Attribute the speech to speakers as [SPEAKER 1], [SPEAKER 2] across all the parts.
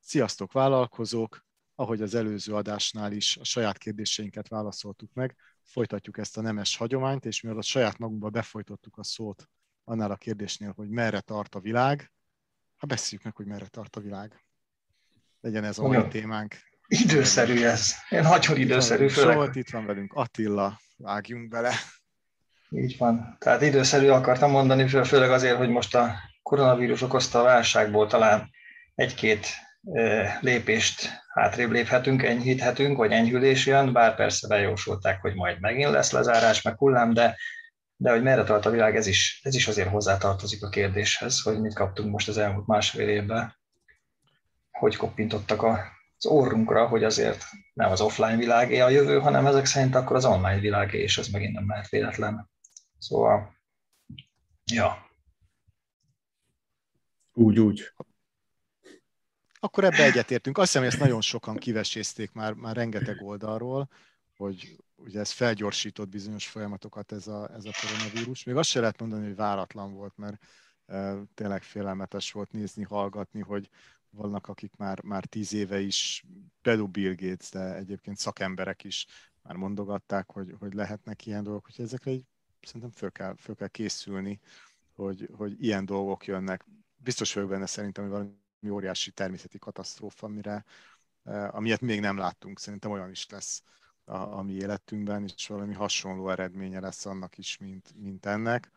[SPEAKER 1] Sziasztok vállalkozók! Ahogy az előző adásnál is a saját kérdéseinket válaszoltuk meg, folytatjuk ezt a nemes hagyományt, és mivel a saját magunkba befolytottuk a szót annál a kérdésnél, hogy merre tart a világ, beszéljük meg, hogy merre tart a világ. Legyen ez a mai témánk.
[SPEAKER 2] Időszerű ez. Nagyon időszerű.
[SPEAKER 1] Zsolt, itt van velünk Attila, vágjunk bele.
[SPEAKER 2] Így van. Tehát időszerű akartam mondani, főleg azért, hogy most a koronavírus okozta a válságból talán egy-két lépést hátrébb léphetünk, enyhíthetünk, vagy enyhülés jön, bár persze bejósolták, hogy majd megint lesz lezárás, meg hullám, de hogy merre tart a világ, ez is azért hozzátartozik a kérdéshez, hogy mit kaptunk most az elmúlt másfél évben, hogy koppintottak az orrunkra, hogy azért nem az offline világé a jövő, hanem ezek szerint akkor az online világé, és ez megint nem lehet véletlen. Szóval, ja.
[SPEAKER 3] Úgy.
[SPEAKER 1] Akkor ebbe egyetértünk. Azt hiszem, hogy ezt nagyon sokan kivesézték már rengeteg oldalról, hogy ugye ez felgyorsított bizonyos folyamatokat ez a koronavírus. Még azt se lehet mondani, hogy váratlan volt, mert tényleg félelmetes volt nézni, hallgatni, hogy vannak, akik már 10 éve is, például Bill Gates, de egyébként szakemberek is már mondogatták, hogy lehetnek ilyen dolgok, hogy ezekre szerintem föl kell készülni, hogy ilyen dolgok jönnek. Biztos vagyok benne szerintem, hogy valami óriási természeti katasztrófa, amilyet még nem láttunk. Szerintem olyan is lesz a mi életünkben, és valami hasonló eredménye lesz annak is, mint ennek.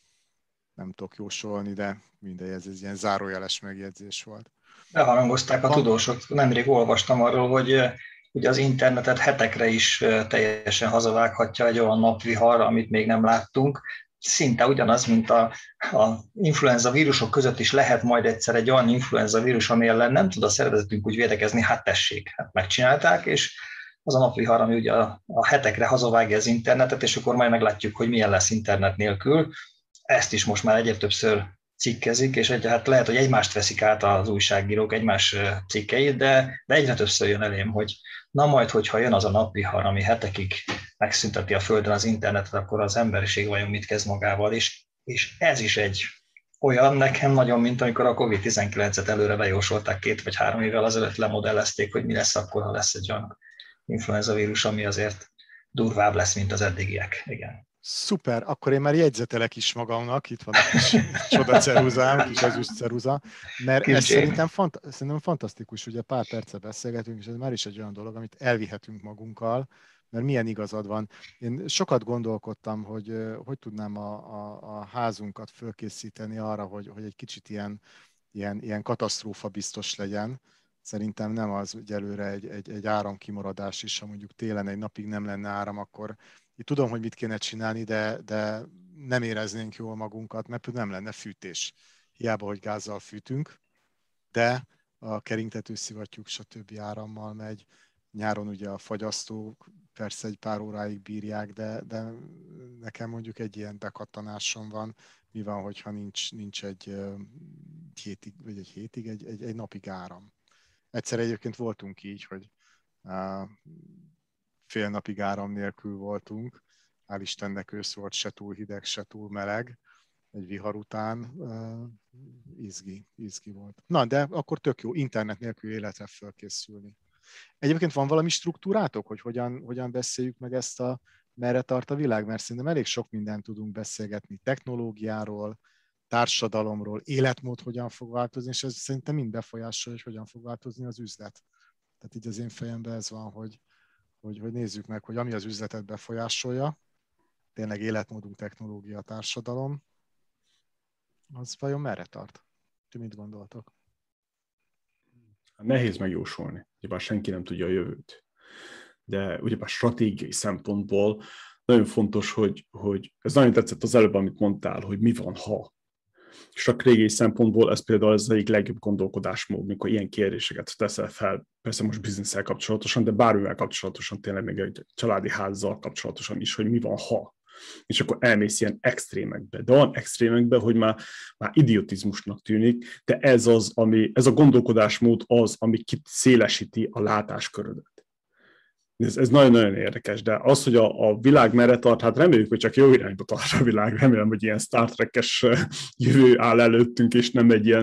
[SPEAKER 1] Nem tudok jósolni, de mindegy, ez ilyen zárójeles megjegyzés volt.
[SPEAKER 2] Beharangozták a tudósok. Nemrég olvastam arról, hogy ugye az internetet hetekre is teljesen hazavághatja egy olyan napvihar, amit még nem láttunk. Szinte ugyanaz, mint a influenza vírusok között is lehet majd egyszer egy olyan influenza vírus, ami ellen nem tud a szervezetünk úgy védekezni, hát tessék, megcsinálták, és az a napvihar, ami ugye a hetekre hazavágja az internetet, és akkor majd meglátjuk, hogy milyen lesz internet nélkül. Ezt is most már egyre többször cikkezik, és hát lehet, hogy egymást veszik át az újságírók, egymás cikkeit, de egyre többször jön elém, hogy na majd, hogyha jön az a napvihar, ami hetekig megszünteti a Földön az internetet, akkor az emberiség vajon mit kezd magával, és ez is egy olyan nekem nagyon, mint amikor a COVID-19-et előre bejósolták 2 vagy 3 évvel azelőtt lemodellezték, hogy mi lesz akkor, ha lesz egy olyan influenza vírus, ami azért durvább lesz, mint az eddigiek. Igen.
[SPEAKER 1] Szuper, akkor én már jegyzetelek is magamnak, itt van a kis csodaceruzám, kis ezüstceruza, mert ez szerintem fantasztikus, ugye pár perce beszélgetünk, és ez már is egy olyan dolog, amit elvihetünk magunkkal, mert milyen igazad van. Én sokat gondolkodtam, hogy tudnám a házunkat fölkészíteni arra, hogy egy kicsit ilyen katasztrófa biztos legyen. Szerintem nem az, hogy előre egy áramkimaradás is, ha mondjuk télen egy napig nem lenne áram, akkor itt tudom, hogy mit kéne csinálni, de nem éreznénk jól magunkat, mert nem lenne fűtés. Hiába, hogy gázzal fűtünk, de a keringtető szivattyúk, stb. Árammal megy. Nyáron ugye a fagyasztók persze egy pár óráig bírják, de nekem mondjuk egy ilyen bekattanásom van. Mi van, hogyha nincs egy hétig, vagy egy hétig, egy napig áram. Egyszer egyébként voltunk így, hogy fél napig áram nélkül voltunk. Hál' Istennek ősz volt, se túl hideg, se túl meleg. Egy vihar után izgi volt. Na, de akkor tök jó, internet nélkül életre fölkészülni. Egyébként van valami struktúrátok, hogy hogyan beszéljük meg ezt merre tart a világ? Mert szerintem elég sok mindent tudunk beszélgetni technológiáról, társadalomról, életmód hogyan fog változni, és ez szerintem mind befolyásolja, hogy hogyan fog változni az üzlet. Tehát így az én fejemben ez van, hogy nézzük meg, hogy ami az üzletet befolyásolja, tényleg életmódunk, technológia, társadalom, az vajon merre tart? Ti mit gondoltok?
[SPEAKER 3] Nehéz megjósolni, ugyebár senki nem tudja a jövőt. De ugyebár stratégiai szempontból nagyon fontos, hogy ez nagyon tetszett az előbb, amit mondtál, hogy mi van, ha. Stratégiai szempontból ez például az egyik legjobb gondolkodásmód, mikor ilyen kérdéseket teszel fel, persze most bizniszsel kapcsolatosan, de bármivel kapcsolatosan, tényleg még egy családi házzal kapcsolatosan is, hogy mi van, ha. És akkor elmész ilyen extrémekbe. De olyan extrémekbe, hogy már idiotizmusnak tűnik, de ez a gondolkodásmód az, ami szélesíti a látáskörödet. Ez nagyon-nagyon érdekes, de az, hogy a világ merre tart, hát reméljük, hogy csak jó irányba tart a világ, remélem, hogy ilyen Star Trek-es jövő áll előttünk, és nem egy ilyen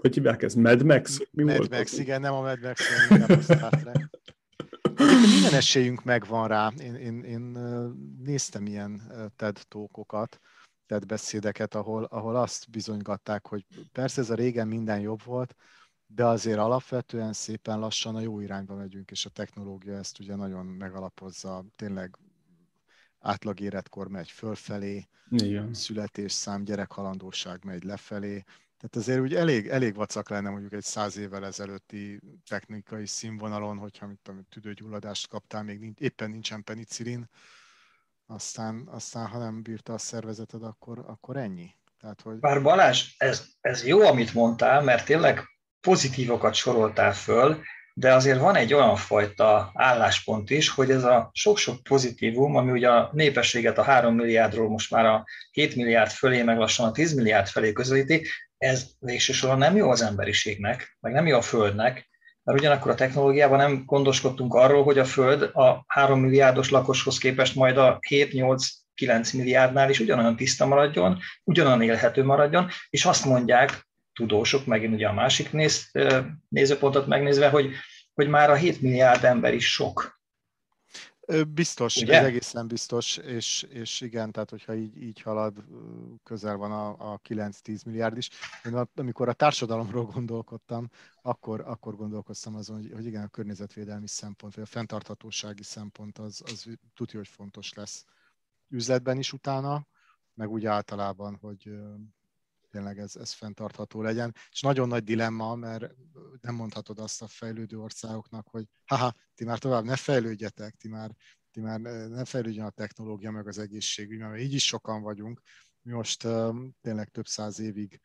[SPEAKER 3] hogy hívják ez? Mad Max?
[SPEAKER 1] Mad Max, igen, nem a Mad Max, inkább a Star Trek. Minden esélyünk megvan rá. Én néztem ilyen TED talkokat, TED beszédeket, ahol azt bizonygatták, hogy persze ez a régen minden jobb volt, de azért alapvetően szépen lassan a jó irányba megyünk, és a technológia ezt ugye nagyon megalapozza. Tényleg átlag életkor megy fölfelé,
[SPEAKER 3] igen.
[SPEAKER 1] Születésszám, gyerekhalandóság megy lefelé. Tehát azért úgy elég vacak lenne mondjuk egy 100 évvel ezelőtti technikai színvonalon, hogyha tüdőgyulladást kaptál, még éppen nincsen penicillin, aztán ha nem bírta a szervezeted, akkor ennyi. Tehát, hogy...
[SPEAKER 2] Bár Balázs, ez jó, amit mondtál, mert tényleg pozitívokat soroltál föl, de azért van egy olyan fajta álláspont is, hogy ez a sok-sok pozitívum, ami ugye a népességet a 3 milliárdról most már a 7 milliárd fölé, meg lassan a 10 milliárd felé közelíti, ez végső soron nem jó az emberiségnek, meg nem jó a Földnek, mert ugyanakkor a technológiában nem gondoskodtunk arról, hogy a Föld a 3 milliárdos lakoshoz képest majd a 7-8-9 milliárdnál is ugyanolyan tiszta maradjon, ugyanolyan élhető maradjon, és azt mondják tudósok, megint ugye a másik nézőpontot megnézve, hogy már a 7 milliárd ember is sok.
[SPEAKER 1] Biztos,
[SPEAKER 2] ugye?
[SPEAKER 1] ez egészen biztos, és igen, tehát hogyha így halad, közel van a 9-10 milliárd is. Én amikor a társadalomról gondolkodtam, akkor gondolkoztam azon, hogy igen, a környezetvédelmi szempont, vagy a fenntarthatósági szempont az tudja, hogy fontos lesz üzletben is utána, meg úgy általában, hogy tényleg ez fenntartható legyen. És nagyon nagy dilemma, mert nem mondhatod azt a fejlődő országoknak, hogy ti már tovább ne fejlődjetek, ti már ne fejlődjön a technológia, meg az egészségügy, mert így is sokan vagyunk. Mi most tényleg több száz évig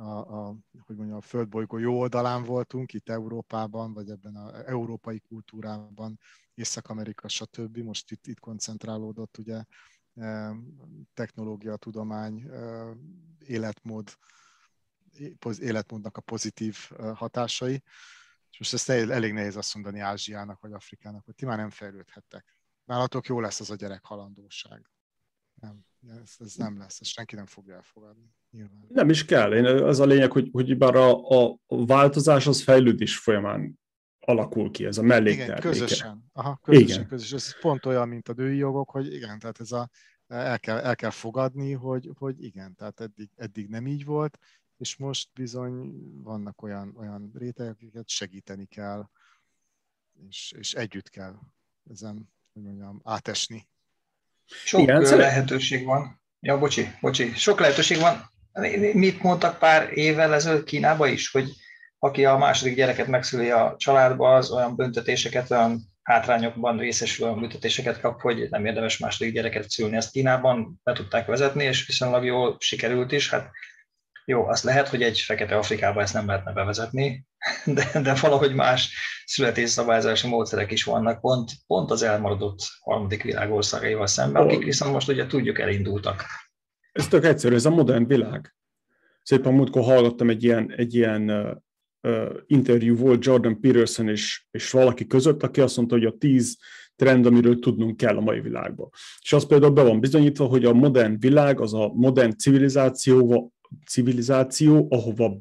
[SPEAKER 1] a földbolygó jó oldalán voltunk, itt Európában, vagy ebben az európai kultúrában, Észak-Amerika, stb. Most itt koncentrálódott ugye technológia, tudomány, életmódnak a pozitív hatásai. És most ezt elég nehéz azt mondani Ázsiának vagy Afrikának, hogy ti már nem fejlődhettek. Nálatok jó lesz az a gyerekhalandóság. Nem, ez nem lesz, ezt senki nem fogja elfogadni. Nyilván.
[SPEAKER 3] Nem is kell. Az a lényeg, hogy bár a változás az fejlődés folyamán alakul ki, ez a mellékterméke.
[SPEAKER 1] Igen, közösen.
[SPEAKER 3] Igen.
[SPEAKER 1] Közösen. Ez pont olyan, mint a női jogok, hogy igen, tehát el kell fogadni, hogy igen, tehát eddig nem így volt, és most bizony vannak olyan rétegek, akiket segíteni kell, és együtt kell ezen, hogy mondjam, átesni.
[SPEAKER 2] Sok lehetőség van. Ja, bocsi. Sok lehetőség van. Mit mondtak pár évvel ezelőtt Kínában is, hogy aki a második gyereket megszüli a családba, az olyan büntetéseket, olyan hátrányokban részesül, olyan büntetéseket kap, hogy nem érdemes második gyereket szülni. Ezt Kínában be tudták vezetni, és viszonylag jól sikerült is. Hát jó, azt lehet, hogy egy fekete Afrikában ezt nem lehetne bevezetni, de valahogy más születésszabályozási módszerek is vannak, pont az elmaradott harmadik világ országaival szemben, akik viszont most ugye tudjuk elindultak.
[SPEAKER 3] Ez tök egyszerű, ez a modern világ. Szépen múltkor hallgattam egy ilyen interjú volt Jordan Peterson és valaki között, aki azt mondta, hogy a 10 trend, amiről tudnunk kell a mai világban. És az például be van bizonyítva, hogy a modern világ, az a modern civilizáció, ahova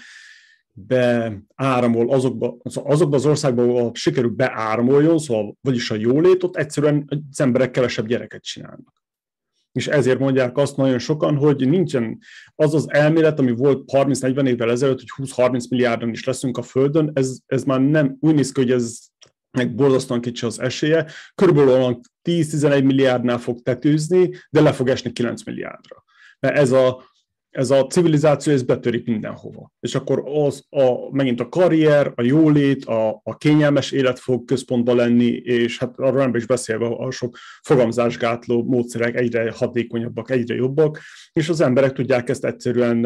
[SPEAKER 3] beáramol azokba az országba, ahol sikerül beáramoljon, szóval vagyis a jólét, ott egyszerűen az emberek kevesebb gyereket csinálnak. És ezért mondják azt nagyon sokan, hogy nincsen az az elmélet, ami volt 30-40 évvel ezelőtt, hogy 20-30 milliárdan is leszünk a Földön, ez már nem úgy néz ki, hogy ez meg borzasztóan kicsi az esélye, körülbelül 10-11 milliárdnál fog tetőzni, de le fog esni 9 milliárdra. Mert ez a civilizáció, ez betörik mindenhova. És akkor megint a karrier, a jólét, a kényelmes élet fog központban lenni, és hát arról nem is beszélve a sok fogamzásgátló módszerek egyre hatékonyabbak, egyre jobbak, és az emberek tudják ezt egyszerűen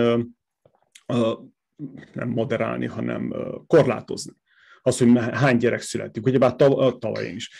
[SPEAKER 3] nem moderálni, hanem korlátozni. Az, hogy hány gyerek születik. Ugyebár tavaly is.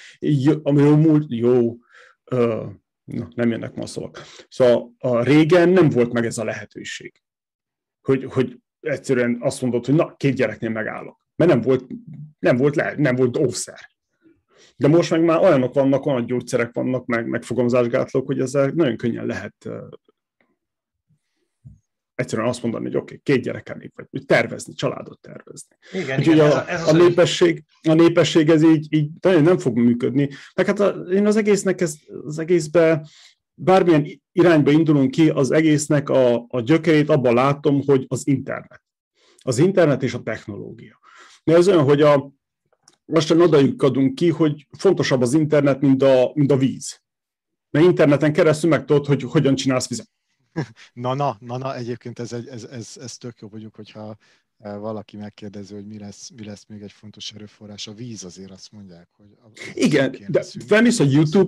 [SPEAKER 3] Nem jönnek ma a szavak. Szóval régen nem volt meg ez a lehetőség, hogy egyszerűen azt mondod, hogy 2 gyereknél megállok. Mert nem volt óvszer. De most meg már olyanok vannak, olyan gyógyszerek vannak, meg fogamzásgátlók, hogy ezzel nagyon könnyen lehet egyszerűen azt mondani, hogy oké, 2 gyerekelnék, vagy tervezni, családot tervezni.
[SPEAKER 2] Igen,
[SPEAKER 3] úgyhogy a népesség ez így nagyon nem fog működni. Meg hát én az egészben bármilyen irányba indulunk ki, az egésznek a gyökerét abban látom, hogy az internet. Az internet és a technológia. De ez olyan, hogy lassan odajukkadunk ki, hogy fontosabb az internet, mint a víz. Mert interneten keresztül megtudod, hogy hogyan csinálsz vizet.
[SPEAKER 1] Na, egyébként ez tök jó vagyunk, hogyha valaki megkérdezi, hogy mi lesz még egy fontos erőforrás. A víz azért azt mondják, hogy...
[SPEAKER 3] Igen, de felmész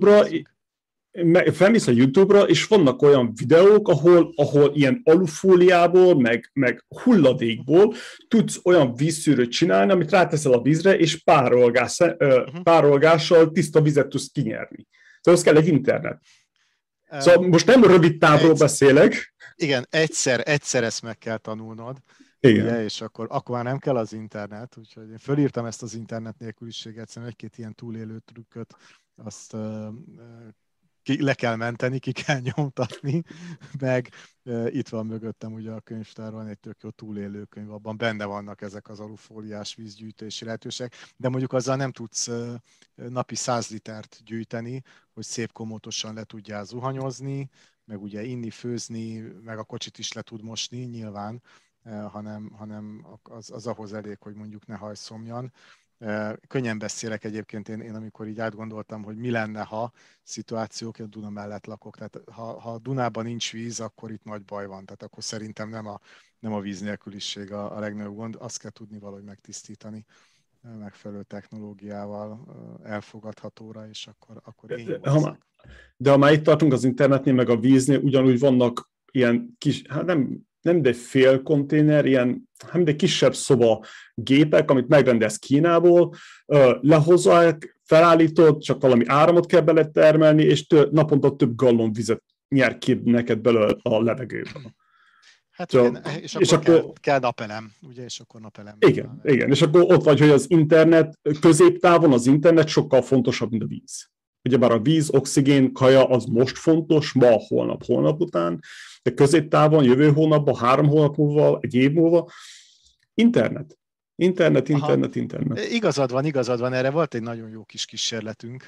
[SPEAKER 3] a YouTube-ra, és vannak olyan videók, ahol ilyen alufóliából, meg hulladékból tudsz olyan vízszűrőt csinálni, amit ráteszel a vízre, és párolgással tiszta vizet tudsz kinyerni. Szóval az kell egy internet. Szóval most nem rövid távról beszélek.
[SPEAKER 1] Igen, egyszer ezt meg kell tanulnod.
[SPEAKER 3] Igen.
[SPEAKER 1] Ugye, és akkor már nem kell az internet, úgyhogy én fölírtam ezt az internet nélküliséget, szerintem 1-2 ilyen túlélő trükköt, azt le kell menteni, ki kell nyomtatni, meg itt van mögöttem ugye a könyvtárban egy tök jó túlélő könyv, abban benne vannak ezek az alufóliás vízgyűjtési lehetőségek, de mondjuk azzal nem tudsz napi 100 litert gyűjteni, hogy szép komótosan le tudjál zuhanyozni, meg ugye inni, főzni, meg a kocsit is le tud mosni nyilván, hanem az ahhoz elég, hogy mondjuk ne hajszomjan. Könnyen beszélek egyébként, én amikor így átgondoltam, hogy mi lenne, ha szituációk, a Duna mellett lakok, tehát ha Dunában nincs víz, akkor itt nagy baj van, tehát akkor szerintem nem a víz nélküliség a legnagyobb gond, azt kell tudni valahogy megtisztítani megfelelő technológiával elfogadhatóra, és akkor én jó.
[SPEAKER 3] De ha már itt tartunk az internetnél, meg a víznél, ugyanúgy vannak ilyen kis, hát nem de fél konténer, ilyen de kisebb szoba gépek, amit megrendelsz Kínából, lehozzák, felállítod, csak valami áramot kell beletermelni, és naponta több gallon vizet nyer ki neked belőle a levegőben.
[SPEAKER 1] Hát igen, és akkor kell napelem, ugye, és akkor napelem.
[SPEAKER 3] Igen, és akkor ott vagy, hogy az internet, középtávon az internet sokkal fontosabb, mint a víz. Ugyebár a víz, oxigén, kaja az most fontos, ma, holnap után, de középtávon, jövő hónapban, 3 hónap múlva, 1 év múlva, internet. Internet.
[SPEAKER 1] Igazad van, erre volt egy nagyon jó kis kísérletünk.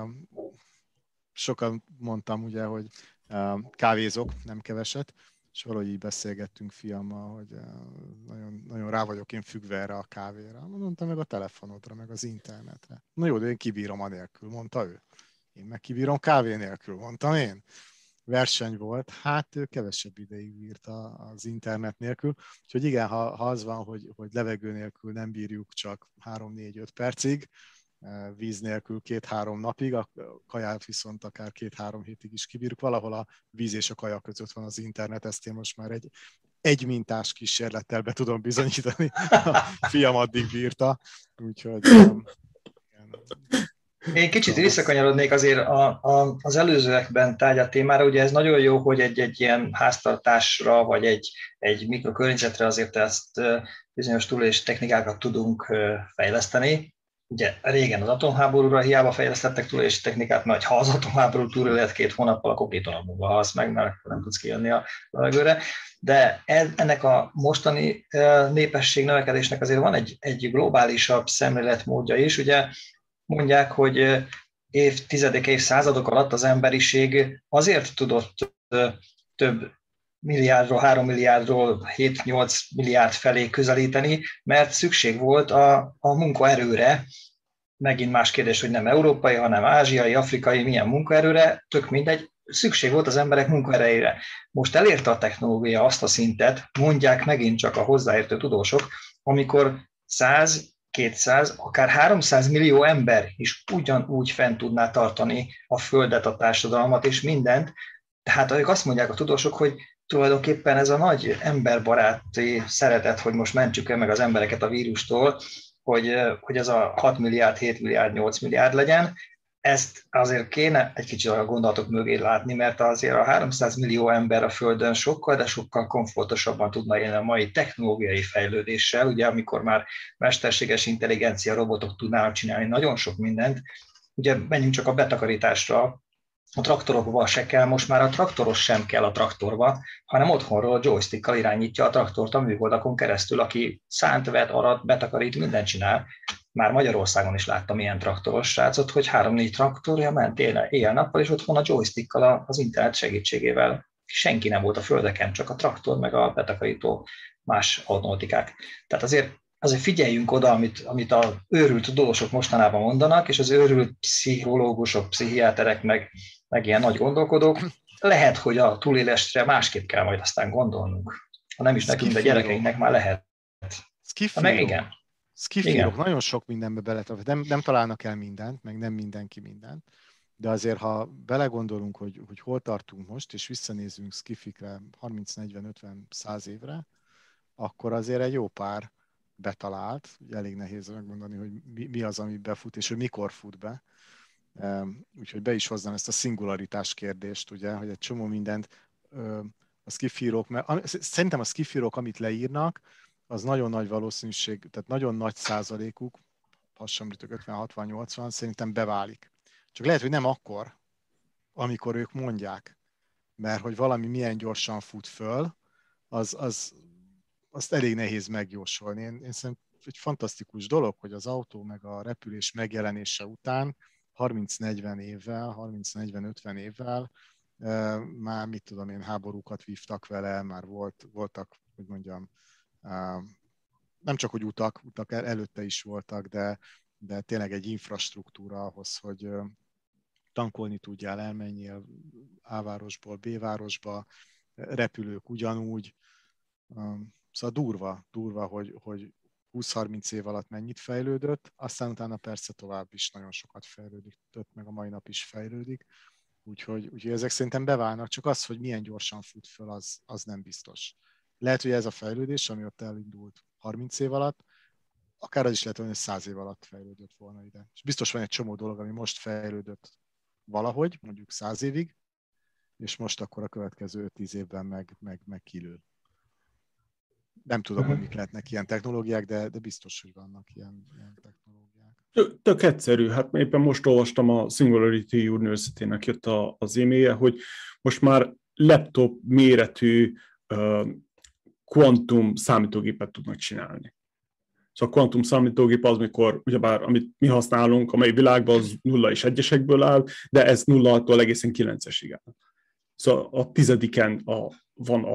[SPEAKER 1] Sokan mondtam ugye, hogy kávézok, nem keveset, és valahogy így beszélgettünk fiammal, hogy nagyon, nagyon rá vagyok én függve erre a kávéra. Mondtam, meg a telefonodra, meg az internetre. Na jó, de én kibírom anélkül, mondta ő. Én meg kibírom kávé nélkül, mondtam én. Verseny volt, hát ő kevesebb ideig bírta az internet nélkül. Úgyhogy igen, ha az van, hogy levegő nélkül nem bírjuk csak 3-4-5 percig, víz nélkül 2-3 napig, a kaját viszont akár 2-3 hétig is kibírjuk. Valahol a víz és a kaja között van az internet, ezt én most már egy mintás kísérlettel be tudom bizonyítani. A fiam addig bírta, úgyhogy...
[SPEAKER 2] Én kicsit visszakanyarodnék azért az előzőekben tárgyalt témára, ugye ez nagyon jó, hogy egy ilyen háztartásra, vagy egy mikrokörnyezetre azért ezt bizonyos túlélési technikákat tudunk fejleszteni. Ugye régen az atomháborúra hiába fejlesztettek túlélési technikát, mert ha az atomháború túlélet 2 hónappal, akkor 2 hónap múlva halsz meg, mert nem tudsz kijönni a levegőre. De ennek a mostani népesség növekedésnek azért van egy globálisabb szemléletmódja is. Ugye mondják, hogy évtizedek, évszázadok alatt az emberiség azért tudott több milliárdról, 3 milliárdról 7-8 milliárd felé közelíteni, mert szükség volt a munkaerőre, megint más kérdés, hogy nem európai, hanem ázsiai, afrikai, milyen munkaerőre, tök mindegy, szükség volt az emberek munkaerejére. Most elérte a technológia azt a szintet, mondják megint csak a hozzáértő tudósok, amikor 100, 200, akár 300 millió ember is ugyanúgy fent tudná tartani a földet, a társadalmat és mindent. Tehát ők azt mondják a tudósok, hogy tulajdonképpen ez a nagy emberbaráti szeretet, hogy most mentsük el meg az embereket a vírustól, hogy ez a 6 milliárd, 7 milliárd, 8 milliárd legyen, ezt azért kéne egy kicsit a gondolatok mögé látni, mert azért a 300 millió ember a Földön sokkal, de sokkal komfortosabban tudna élni a mai technológiai fejlődéssel, ugye amikor már mesterséges intelligencia, robotok tudnának csinálni nagyon sok mindent. Ugye menjünk csak a betakarításra, a traktorokba se kell, most már a traktoros sem kell a traktorba, hanem otthonról joystickkal irányítja a traktort a műholdakon keresztül, aki szánt, vet, arat, betakarít, mindent csinál. Már Magyarországon is láttam ilyen traktoros srácot, hogy 3-4 traktorja ment éjjel-nappal, és otthon a joystickkal az internet segítségével. Senki nem volt a földeken, csak a traktor, meg a betakarító, más automatikák. Tehát azért figyeljünk oda, amit a őrült tudósok mostanában mondanak, és az őrült pszichológusok, pszichiáterek, meg ilyen nagy gondolkodók. Lehet, hogy a túlélésre másképp kell majd aztán gondolnunk. Ha nem is nekünk, de gyerekeinknek már lehet.
[SPEAKER 1] Igen. Skifírok nagyon sok mindenbe beletartnak. Nem találnak el mindent, meg nem mindenki mindent. De azért, ha belegondolunk, hogy hol tartunk most, és visszanézünk skifikre 30-40-50-100 évre, akkor azért egy jó pár betalált. Elég nehéz megmondani, hogy mi az, ami befut, és hogy mikor fut be. Úgyhogy be is hoznám ezt a szingularitás kérdést, ugye, hogy egy csomó mindent a skifírók, szerintem a skifírók, amit leírnak, az nagyon nagy valószínűség, tehát nagyon nagy százalékuk, hasonlítok 50-60-80, szerintem beválik. Csak lehet, hogy nem akkor, amikor ők mondják, mert hogy valami milyen gyorsan fut föl, azt elég nehéz megjósolni. Én szerintem egy fantasztikus dolog, hogy az autó meg a repülés megjelenése után 30-40 évvel, 30-40-50 évvel már, mit tudom én, háborúkat vívtak vele, már voltak, hogy mondjam, nem csak, hogy utak előtte is voltak, de tényleg egy infrastruktúra ahhoz, hogy tankolni tudjál, elmenjél A városból B városba, repülők ugyanúgy. Szóval durva, hogy 20-30 év alatt mennyit fejlődött, aztán utána persze tovább is nagyon sokat fejlődött, meg a mai nap is fejlődik. Úgyhogy ezek szerintem beválnak, csak az, hogy milyen gyorsan fut föl, az nem biztos. Lehet, hogy ez a fejlődés, ami ott elindult 30 év alatt, akár az is lehet, hogy 100 év alatt fejlődött volna ide. És biztos van egy csomó dolog, ami most fejlődött valahogy, mondjuk 100 évig, és most akkor a következő 5-10 évben meg kilől. Nem tudom, hogy mik lehetnek ilyen technológiák, de biztos, hogy vannak ilyen technológiák.
[SPEAKER 3] Tök egyszerű. Hát éppen most olvastam, a Singularity University-nek jött az e-mailje, hogy most már laptop méretű kvantum számítógépet tudnak csinálni. Szóval a kvantum számítógép az, mikor, ugyebár, amit mi használunk, amely világban az 0 és 1-esekből áll, de ez 0-tól egészen 9-esig áll. Szóval a 10-en van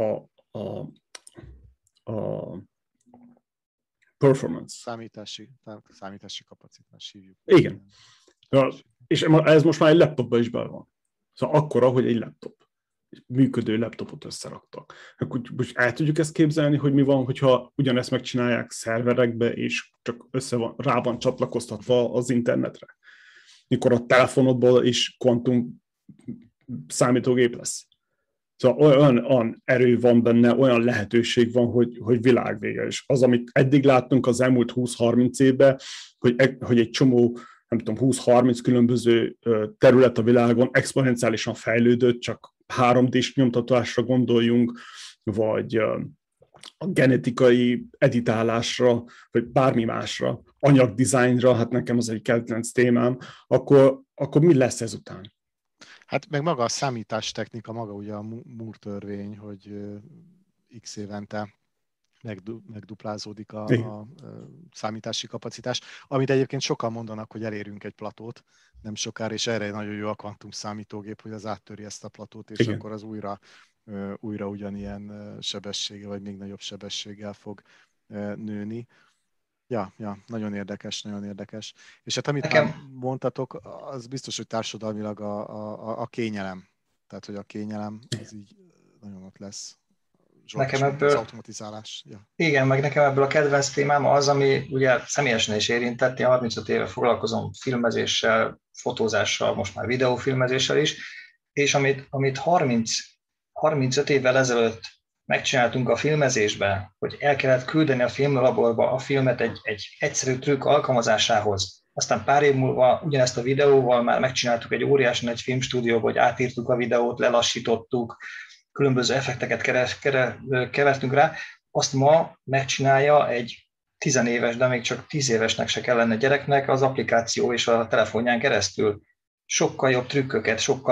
[SPEAKER 3] a performance.
[SPEAKER 1] Számítási kapacitás hívjuk.
[SPEAKER 3] Igen. És ez most már egy laptopban is bele van. Szóval akkora, hogy egy laptop. Működő laptopot összeraktak. Akkor most el tudjuk ezt képzelni, hogy mi van, hogyha ugyanezt megcsinálják szerverekbe, és csak rá van csatlakoztatva az internetre. Mikor a telefonodból is kvantum számítógép lesz. Szóval olyan erő van benne, olyan lehetőség van, hogy világvége. És az, amit eddig láttunk az elmúlt 20-30 évben, hogy egy csomó, nem tudom, 20-30 különböző terület a világon exponenciálisan fejlődött, csak 3D-s nyomtatásra gondoljunk, vagy a genetikai editálásra, vagy bármi másra, anyagdizájnra, hát nekem az egy kedvenc témám, akkor mi lesz ezután?
[SPEAKER 1] Hát meg maga a számítástechnika, maga ugye a Moore törvény, hogy x évente megduplázódik a számítási kapacitás, amit egyébként sokan mondanak, hogy elérünk egy platót nem sokára, és erre nagyon jó a kvantum számítógép, hogy az áttöri ezt a platót, és igen, akkor az újra ugyanilyen sebessége, vagy még nagyobb sebességgel fog nőni. Ja, nagyon érdekes. És hát amit már mondtatok, az biztos, hogy társadalmilag a kényelem. Tehát, hogy a kényelem az így nagyon ott lesz.
[SPEAKER 2] Nekem ebből,
[SPEAKER 1] az automatizálás. Ja.
[SPEAKER 2] Igen, meg nekem ebből a kedvenc témám az, ami ugye személyesen is érintett. Én 35 éve foglalkozom filmezéssel, fotózással, most már videófilmezéssel is, és amit 35 évvel ezelőtt megcsináltunk a filmezésben, hogy el kellett küldeni a filmlaborba a filmet egy egyszerű trükk alkalmazásához. Aztán pár év múlva ugyanezt a videóval már megcsináltuk egy óriási nagy filmstúdióba, hogy átírtuk a videót, lelassítottuk, különböző effekteket kevertünk rá. Azt ma megcsinálja egy 10 éves, de még csak 10 évesnek se kellene gyereknek az applikáció és a telefonján keresztül. Sokkal jobb trükköket, sokkal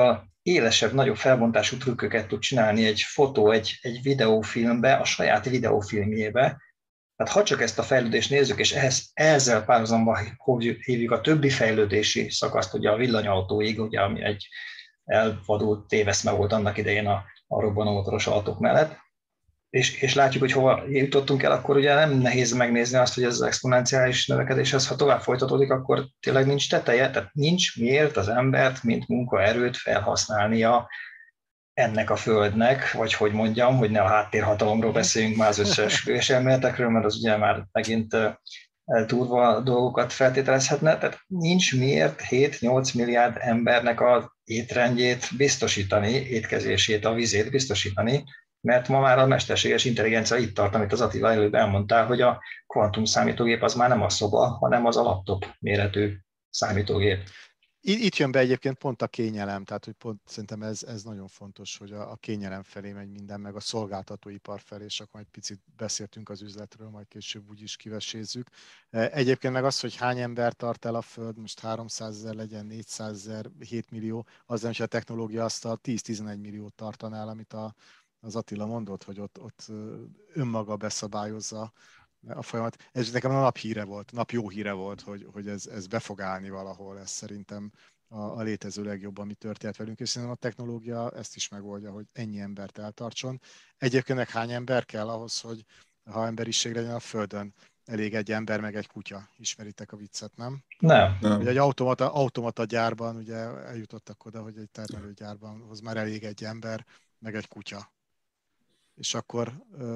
[SPEAKER 2] élesebb, nagyobb felbontású trükköket tud csinálni egy fotó, egy videófilmbe, a saját videófilmjébe. Tehát ha csak ezt a fejlődést nézzük, és ezzel párhuzamban hívjuk a többi fejlődési szakaszt, ugye a villanyautóig, ugye, ami egy elvadult téveszme volt annak idején a robbanómotoros autók mellett, és látjuk, hogy hova jutottunk el, akkor ugye nem nehéz megnézni azt, hogy ez az exponenciális növekedés, ha tovább folytatódik, akkor tényleg nincs teteje, tehát nincs miért az embert, mint munkaerőt felhasználnia ennek a földnek, vagy hogy mondjam, hogy ne a háttérhatalomról beszéljünk már az összeesküvés elméletekről, mert az ugye már megint durva dolgokat feltételezhetne, tehát nincs miért 7-8 milliárd embernek az étrendjét biztosítani, étkezését, a vizét biztosítani, mert ma már a mesterséges intelligencia itt tart, amit az Attila előbb elmondtál, hogy a kvantum számítógép az már nem a szoba, hanem az a laptop méretű számítógép.
[SPEAKER 1] Itt jön be egyébként pont a kényelem, tehát hogy pont szerintem ez nagyon fontos, hogy a kényelem felé megy minden, meg a szolgáltatóipar felé, és akkor egy picit beszéltünk az üzletről, majd később úgyis kivesézzük. Egyébként meg az, hogy hány ember tart el a Föld, most 300 000 legyen, 400 000, 7 millió, az nem, hogy a technológia azt a 10-11 milliót tartaná el, amit az Attila mondott, hogy ott önmaga beszabályozza a folyamat. Ez nekem a naphíre volt, nap jó híre volt, hogy ez be fog állni valahol, ez szerintem a létező legjobb, ami történt velünk, és szerintem a technológia ezt is megoldja, hogy ennyi embert eltartson. Egyébként meg hány ember kell ahhoz, hogy ha emberiség legyen a Földön, elég egy ember, meg egy kutya. Ismeritek a viccet, nem?
[SPEAKER 2] Nem.
[SPEAKER 1] Ugye egy automata gyárban, ugye eljutottak oda, hogy egy termelőgyárban hoz már elég egy ember, meg egy kutya. És akkor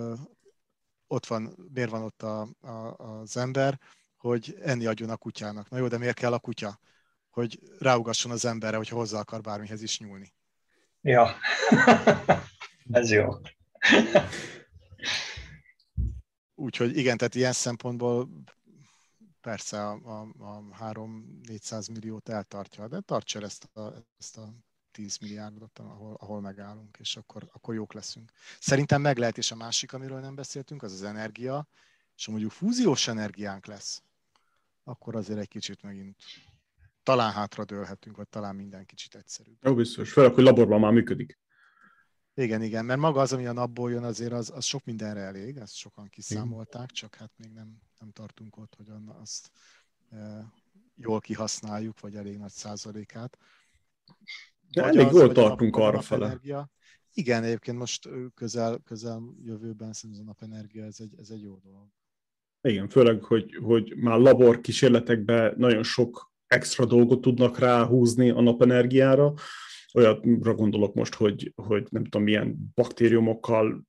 [SPEAKER 1] ott van, miért van ott az ember, hogy enni adjon a kutyának. Na jó, de miért kell a kutya? Hogy ráugasson az emberre, hogyha hozzá akar bármihez is nyúlni.
[SPEAKER 2] Ja, ez jó.
[SPEAKER 1] Úgyhogy igen, tehát ilyen szempontból persze a 3-400 milliót eltartja, de tartsa el ezt a 10 milliárdot, ahol megállunk, és akkor jók leszünk. Szerintem meg lehet, és a másik, amiről nem beszéltünk, az az energia, és ha mondjuk fúziós energiánk lesz, akkor azért egy kicsit megint talán hátradőlhetünk, vagy talán minden kicsit egyszerűbb.
[SPEAKER 3] Jó, biztos. Főleg, hogy laborban már működik.
[SPEAKER 1] Igen, mert maga az, ami a napból jön, azért az sok mindenre elég, ezt sokan kiszámolták, csak hát még nem tartunk ott, hogy azt jól kihasználjuk, vagy elég nagy százalékát.
[SPEAKER 3] Elég jól tartunk arra fele.
[SPEAKER 1] Igen, egyébként most közel jövőben szerintem a napenergia, ez egy jó dolog.
[SPEAKER 3] Igen, főleg, hogy már labor kísérletekben nagyon sok extra dolgot tudnak ráhúzni a napenergiára. Olyanra gondolok most, hogy nem tudom, milyen baktériumokkal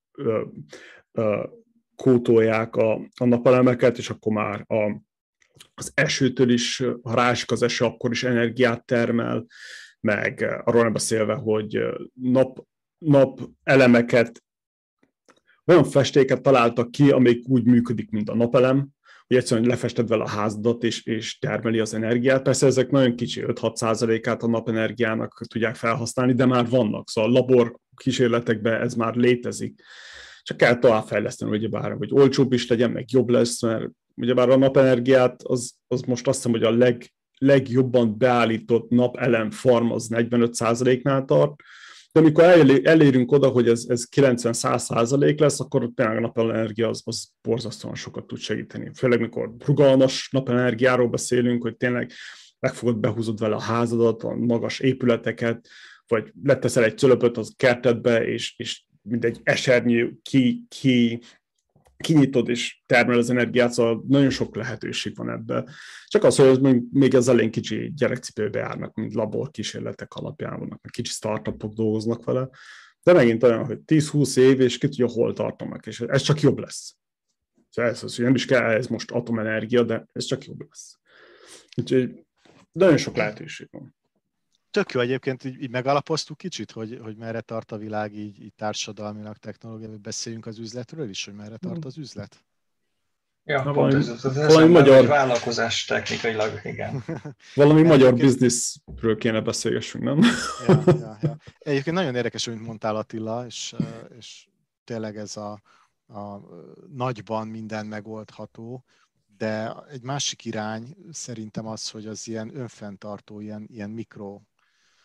[SPEAKER 3] kótolják a napelemeket, és akkor már az esőtől is, ha rásik az eső, akkor is energiát termel, meg arról nem beszélve, hogy napelemeket, olyan festéket találtak ki, amelyik úgy működik, mint a napelem, hogy egyszerűen lefested vele a házadat, és termeli az energiát. Persze ezek nagyon kicsi, 5-6%-át a napenergiának tudják felhasználni, de már vannak. Szóval a labor kísérletekben ez már létezik. Csak kell továbbfejleszteni, hogy olcsóbb is legyen, meg jobb lesz, mert ugyebár a napenergiát, az most azt hiszem, hogy a legjobban beállított napelem farm az 45%-nál tart, de amikor elérünk oda, hogy ez 90-100% lesz, akkor tényleg a napelenergia az borzasztóan sokat tud segíteni. Főleg, mikor rugalmas napelenergiáról beszélünk, hogy tényleg megfogod, behúzod vele a házadat, a magas épületeket, vagy leteszel egy cölöpöt az kertedbe, és mindegy esernyő kinyitod és termel az energiát, szóval nagyon sok lehetőség van ebben. Csak az, hogy még az elején kicsi gyerekcipőbe járnak, mint laborkísérletek alapján vannak, meg kicsi startupok dolgoznak vele, de megint olyan, hogy 10-20 év, és ki tudja, hol tartanak, és ez csak jobb lesz. Szóval ez nem is kell ez most atomenergia, de ez csak jobb lesz. Úgyhogy nagyon sok lehetőség van.
[SPEAKER 1] Tök jó egyébként, így megalapoztuk kicsit, hogy merre tart a világ így társadalmilag, technológiailag, beszéljünk az üzletről is, hogy merre tart az üzlet.
[SPEAKER 2] Ja, pont ez valami magyar vállalkozás technikailag, igen.
[SPEAKER 3] Valami magyar bizniszről kéne beszélgessünk, nem?
[SPEAKER 1] Ja. Egyébként nagyon érdekes, amit mondtál, Attila, és tényleg ez a nagyban minden megoldható, de egy másik irány szerintem az, hogy az ilyen önfenntartó, ilyen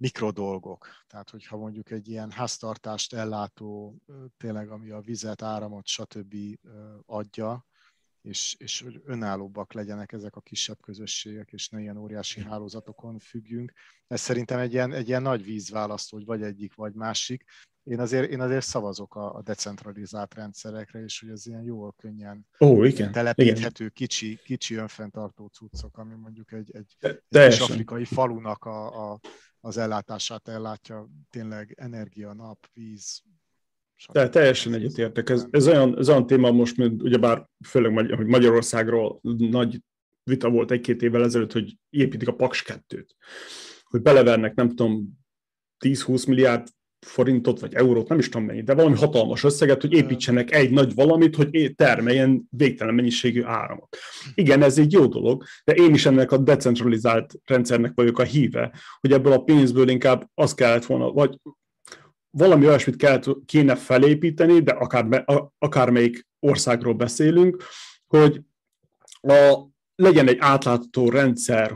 [SPEAKER 1] mikrodolgok. Tehát, hogyha mondjuk egy ilyen háztartást ellátó, tényleg ami a vizet, áramot, stb. Adja, és hogy önállóbbak legyenek ezek a kisebb közösségek, és ne ilyen óriási hálózatokon függjünk. Ez szerintem egy ilyen nagy vízválasztó, hogy vagy egyik, vagy másik. Én azért szavazok a decentralizált rendszerekre, és hogy ez ilyen jól, könnyen telepíthető, kicsi önfenntartó cuccok, ami mondjuk egy kis afrikai falunak az ellátását ellátja, tényleg energia, nap, víz.
[SPEAKER 3] Teljesen egyetértek. Ez olyan téma most, mint ugyebár főleg Magyarországról nagy vita volt 1-2 évvel ezelőtt, hogy építik a Paks 2-t. Hogy belevernek, nem tudom, 10-20 milliárd forintot, vagy eurót, nem is tudom mennyi, de valami hatalmas összeget, hogy építsenek egy nagy valamit, hogy termeljen végtelen mennyiségű áramot. Igen, ez egy jó dolog, de én is ennek a decentralizált rendszernek vagyok a híve, hogy ebből a pénzből inkább az kellett volna, vagy valami olyasmit kéne felépíteni, de akármelyik országról beszélünk, hogy legyen egy átlátható rendszer,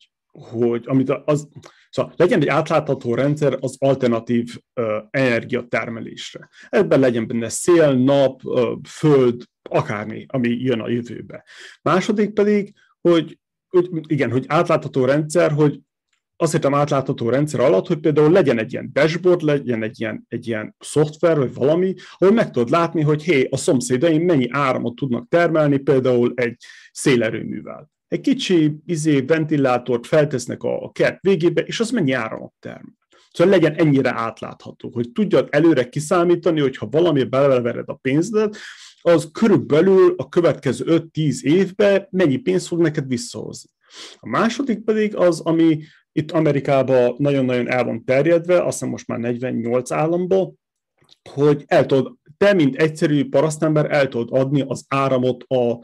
[SPEAKER 3] Szóval legyen egy átlátható rendszer az alternatív energiatermelésre. Ebben legyen benne szél, nap, föld, akármi, ami jön a jövőbe. Második pedig, hogy átlátható rendszer, hogy azt hittem átlátható rendszer alatt, hogy például legyen egy ilyen dashboard, legyen egy ilyen szoftver, vagy valami, ahol meg tudod látni, hogy a szomszédaim mennyi áramot tudnak termelni, például egy szélerőművel. Egy kicsi ventilátort feltesznek a kert végébe, és az mennyi áramot termel. Szóval legyen ennyire átlátható, hogy tudjad előre kiszámítani, hogyha valami belevered a pénzedet, az körülbelül a következő 5-10 évben mennyi pénzt fog neked visszahozni. A második pedig az, ami itt Amerikában nagyon-nagyon el van terjedve, azt hiszem most már 48 államban, hogy te, mint egyszerű parasztember el tudod adni az áramot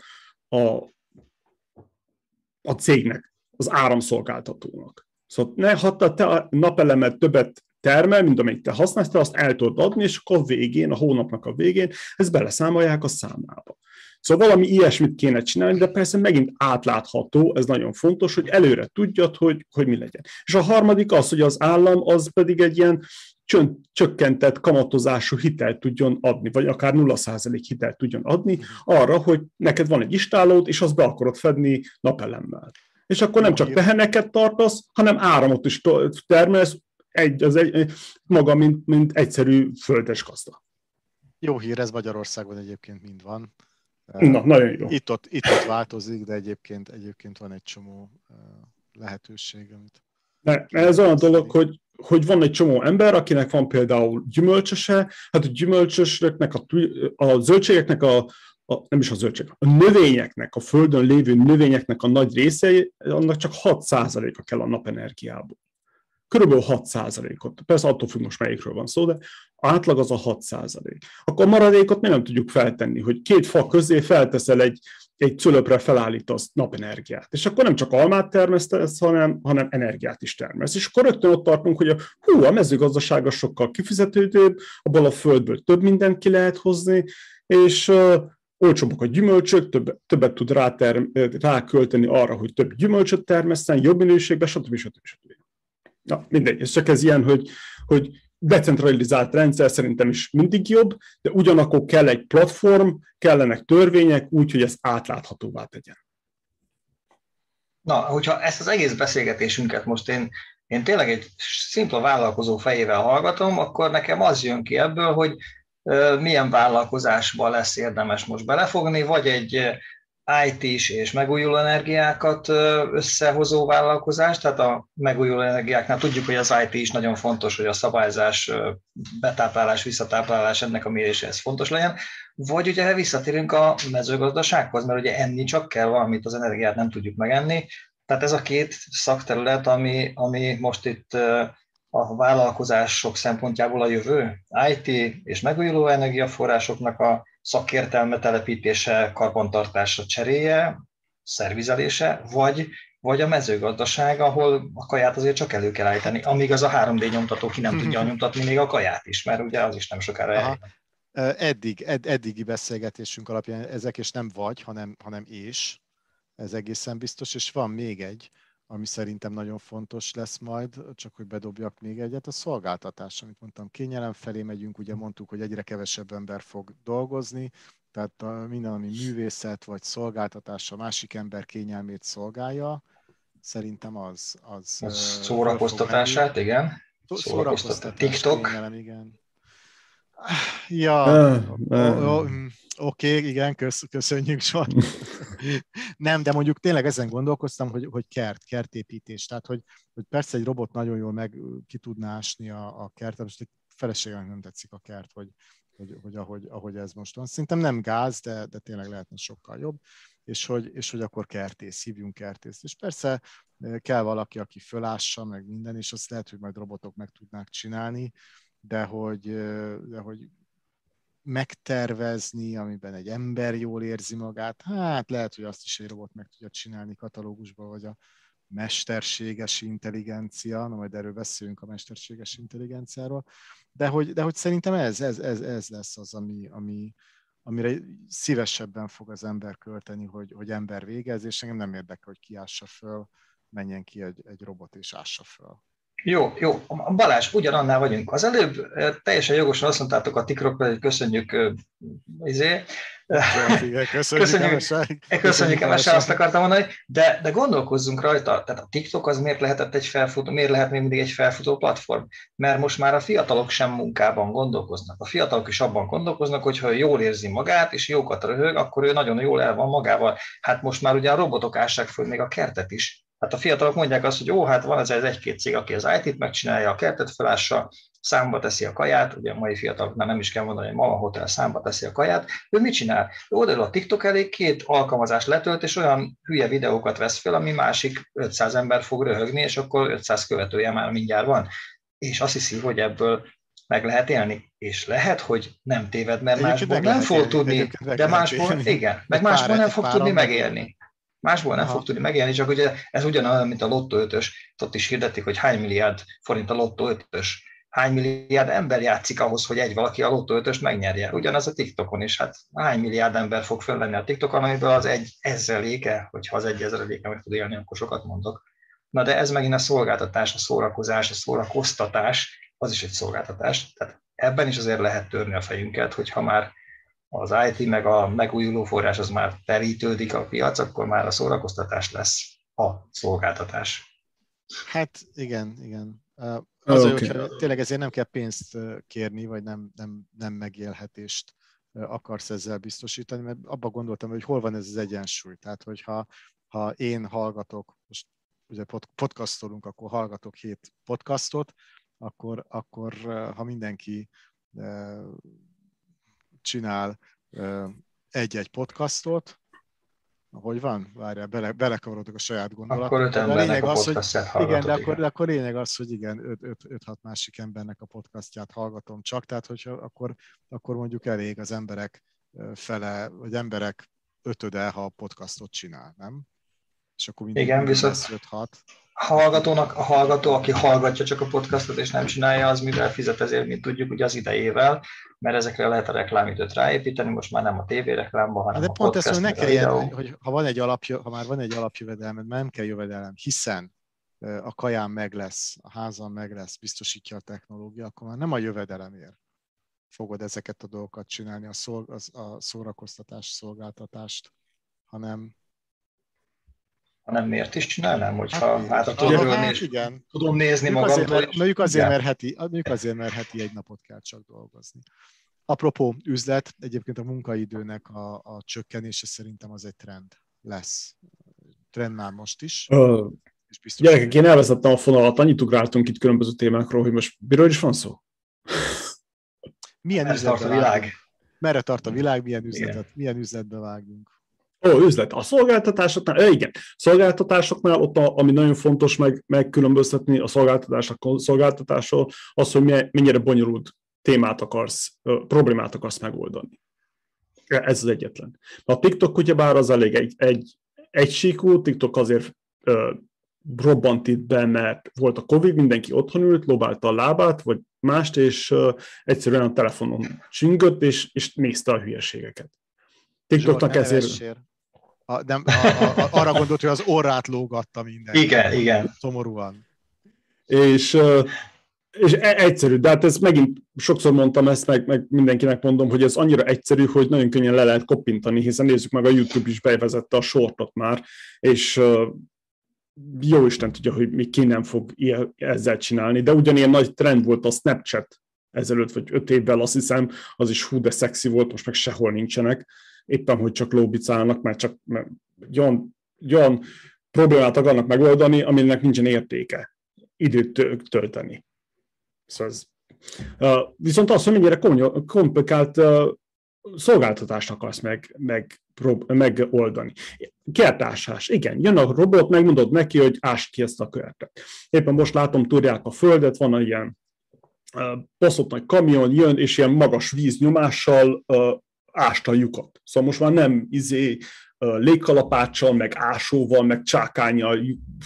[SPEAKER 3] a cégnek, az áramszolgáltatónak. Szóval ha te napelemet többet termel, mint amit te használsz, te azt el tudod adni, és akkor a hónapnak a végén ezt beleszámolják a számlába. Szóval valami ilyesmit kéne csinálni, de persze megint átlátható, ez nagyon fontos, hogy előre tudjad, hogy mi legyen. És a harmadik az, hogy az állam az pedig egy ilyen csökkentett kamatozású hitelt tudjon adni, vagy akár 0% hitelt tudjon adni arra, hogy neked van egy istálód, és azt be akarod fedni napelemmel. És akkor nem csak teheneket tartasz, hanem áramot is termelsz, maga, mint egyszerű földes gazda.
[SPEAKER 1] Jó hír, ez Magyarországon egyébként mind van.
[SPEAKER 3] Na, nagyon jó.
[SPEAKER 1] Itt-ott változik, de egyébként van egy csomó lehetőség, amit...
[SPEAKER 3] Ez olyan dolog, hogy van egy csomó ember, akinek van például gyümölcsöse, hát a gyümölcsösöknek, a zöldségeknek, nem is a zöldségek, a növényeknek, a földön lévő növényeknek a nagy része, annak csak 6%-a kell a napenergiából. Körülbelül 6%-ot. Persze attól függ most melyikről van szó, de átlag az a 6%. Akkor a maradékot nem tudjuk feltenni, hogy 2 fa közé felteszel egy cölöpre felállítasz napenergiát. És akkor nem csak almát termesztesz, hanem energiát is termesz. És akkor rögtön ott tartunk, hogy a mezőgazdasága sokkal kifizetődőbb, abból a földből több mindent ki lehet hozni, és olcsóbbak a gyümölcsök, többet tud rákölteni arra, hogy több gyümölcsöt termesszen, jobb minőségben, stb. Na, mindegy. És csak ez ilyen, hogy decentralizált rendszer szerintem is mindig jobb, de ugyanakkor kell egy platform, kellenek törvények, úgy, hogy ez átláthatóvá tegyen.
[SPEAKER 2] Na, hogyha ezt az egész beszélgetésünket most én tényleg egy szimpla vállalkozó fejével hallgatom, akkor nekem az jön ki ebből, hogy milyen vállalkozásba lesz érdemes most belefogni, vagy egy IT-s és megújuló energiákat összehozó vállalkozás, tehát a megújuló energiáknál tudjuk, hogy az IT is nagyon fontos, hogy a szabályzás, betáplálás, visszatáplálás, ennek a mérése ez fontos legyen, vagy ugye visszatérünk a mezőgazdasághoz, mert ugye enni csak kell valamit, az energiát nem tudjuk megenni, tehát ez a 2 szakterület, ami most itt a vállalkozások szempontjából a jövő, IT és megújuló energiaforrásoknak a szakértelme telepítése, karbantartása, cseréje, szervizelése, vagy a mezőgazdaság, ahol a kaját azért csak elő kell állítani, amíg az a 3D nyomtató ki nem tudja nyomtatni még a kaját is, mert ugye az is nem sokára eljön.
[SPEAKER 1] Eddigi beszélgetésünk alapján ezek, és nem vagy, hanem és, ez egészen biztos, és van még egy, ami szerintem nagyon fontos lesz majd, csak hogy bedobjak még egyet, a szolgáltatás, amit mondtam, kényelem felé megyünk, ugye mondtuk, hogy egyre kevesebb ember fog dolgozni, tehát minden, ami művészet vagy szolgáltatás a másik ember kényelmét szolgálja, szerintem az
[SPEAKER 2] szórakoztatását, igen.
[SPEAKER 1] Szórakoztatás,
[SPEAKER 2] TikTok.
[SPEAKER 1] kényelem, igen. Ja, oké, igen, köszönjük, Zsolt. Nem, de mondjuk tényleg ezen gondolkoztam, hogy kertépítés. Tehát, hogy persze egy robot nagyon jól meg ki tudná ásni a kertet, most egy feleségem nem tetszik a kert, hogy ahogy ez most van. Szerintem nem gáz, de tényleg lehetne sokkal jobb, és hogy akkor kertész, hívjunk kertészt. És persze kell valaki, aki fölássa, meg minden, és azt lehet, hogy majd robotok meg tudnák csinálni, de hogy megtervezni, amiben egy ember jól érzi magát, hát lehet, hogy azt is egy robot meg tudja csinálni katalógusban, vagy a mesterséges intelligencia, na majd erről beszélünk a mesterséges intelligenciáról, de hogy szerintem ez lesz az, amire szívesebben fog az ember költeni, hogy ember végez, és engem nem érdekel, hogy ki ássa föl, menjen ki egy robot és ássa föl.
[SPEAKER 2] Jó. Balázs, ugyanannál vagyunk. Az előbb teljesen jogosan azt mondtátok a TikTokra, hogy köszönjük Köszönjük, azt akartam mondani, de gondolkozzunk rajta, tehát a TikTok az miért lehetett miért lehet még mindig egy felfutó platform? Mert most már a fiatalok sem munkában gondolkoznak. A fiatalok is abban gondolkoznak, hogy ha jól érzi magát, és jókat röhög, akkor ő nagyon jól el van magával. Hát most már ugye a robotok ássák föl még a kertet is. Hát a fiatalok mondják azt, hogy hát van ez egy-két cég, aki az IT-t megcsinálja, a kertet felássa, számba teszi a kaját, ugye a mai fiataloknál nem is kell mondani, hogy Mama Hotel számba teszi a kaját, ő mit csinál? Ő odaül a TikTok elé, 2 alkalmazást letölt, és olyan hülye videókat vesz fel, ami másik 500 ember fog röhögni, és akkor 500 követője már mindjárt van. És azt hiszi, hogy ebből meg lehet élni. És lehet, hogy nem téved, mert másból nem fog tudni, de másból, igen, meg másból nem fog tudni megélni. Másból nem fog tudni megélni, csak ugye ez ugyanolyan, mint a Lotto 5-ös, ott is hirdetik, hogy hány milliárd forint a Lotto 5-ös, hány milliárd ember játszik ahhoz, hogy egy valaki a Lotto 5-ös megnyerje. Ugyanaz a TikTokon is, hát hány milliárd ember fog fölvenni a TikTokon, amiből az 1/1000-e, hogyha az 1/1000-e meg tud élni, akkor sokat mondok. Na de ez megint a szolgáltatás, a szórakozás, a szórakoztatás, az is egy szolgáltatás. Tehát ebben is azért lehet törni a fejünket, hogyha már az IT meg a megújuló forrás az már terítődik a piac, akkor már a szórakoztatás lesz a szolgáltatás.
[SPEAKER 1] Hát igen. Azért, hogyha tényleg ezért nem kell pénzt kérni, vagy nem megélhetést akarsz ezzel biztosítani, mert abba gondoltam, hogy hol van ez az egyensúly. Tehát, hogyha én hallgatok, most ugye podcastolunk, akkor hallgatok 7 podcastot, akkor ha mindenki csinál egy-egy podcastot, hogy van? Várjál, belekavarodok a saját gondolatot.
[SPEAKER 2] Akkor 5 embernek a podcastját hallgatod.
[SPEAKER 1] Igen, de akkor lényeg az, hogy igen, 5-6 másik embernek a podcastját hallgatom csak, tehát hogyha akkor mondjuk elég az emberek fele, vagy emberek 5-öde, ha a podcastot csinál, nem? És akkor
[SPEAKER 2] igen, viszont
[SPEAKER 1] 5-6.
[SPEAKER 2] A hallgató, aki hallgatja csak a podcastot és nem csinálja, az mivel fizet ezért, mint tudjuk, ugye az idejével, mert ezekre lehet a reklámidőt ráépíteni, most már nem a tévéreklámban, hanem
[SPEAKER 1] de
[SPEAKER 2] a
[SPEAKER 1] pont
[SPEAKER 2] podcast.
[SPEAKER 1] De pont ezt, hogy ne kelljen, hogy ha már van egy alapjövedelmed, nem kell jövedelem, hiszen a kaján meg lesz, a házan meg lesz, biztosítja a technológia, akkor már nem a jövedelemért fogod ezeket a dolgokat csinálni, a szórakoztatás, szolgáltatást, hanem
[SPEAKER 2] miért is csinálnám, hogyha tudom nézni magamtól.
[SPEAKER 1] Mondjuk azért, mert heti egy napot kell csak dolgozni. Apropó üzlet, egyébként a munkaidőnek a csökkenése szerintem az egy trend lesz. Trend már most is.
[SPEAKER 3] Gyerekek, én elvezettem a fonalat, annyit ugráltunk itt különböző témákról, hogy most miről is van szó?
[SPEAKER 1] Milyen üzletbe vágunk? Merre tart a világ? Milyen üzletbe vágunk?
[SPEAKER 3] Üzlet. A szolgáltatásoknál, igen. Szolgáltatásoknál ott, ami nagyon fontos megkülönböztetni a szolgáltatásról, az, hogy mennyire bonyolult problémát akarsz megoldani. Ez az egyetlen. A TikTok ugyebár az elég egysíkú, TikTok azért robbant itt be, mert volt a Covid, mindenki otthon ült, lobálta a lábát, vagy mást, és egyszerűen a telefonon csüngött, és nézte a hülyeségeket. TikToknak ezért...
[SPEAKER 1] Arra gondolt, hogy az orrát lógatta minden.
[SPEAKER 2] Igen.
[SPEAKER 1] Szomorúan.
[SPEAKER 3] És egyszerű, de hát ez megint sokszor mondtam ezt, meg mindenkinek mondom, hogy ez annyira egyszerű, hogy nagyon könnyen le lehet koppintani, hiszen nézzük meg, a YouTube is bevezette a shortot már, és jó Isten tudja, hogy ki nem fog ezzel csinálni, de ugyanilyen nagy trend volt a Snapchat ezelőtt, vagy 5 évvel, azt hiszem, az is hú, de szexi volt, most meg sehol nincsenek, éppen, hogy csak lóbicálnak, mert olyan problémát akarnak megoldani, aminek nincsen értéke időt tölteni. Szóval viszont az, hogy mennyire komplikált szolgáltatást akarsz megoldani. Kertásás. Igen, jön a robot, megmondod neki, hogy ásd ki ezt a kertet. Éppen most látom, túrják a földet, van egy ilyen baszott nagy kamion, jön, és ilyen magas víznyomással ásta a lyukat. Szóval most már nem légkalapáccsal, meg ásóval, meg csákánnyal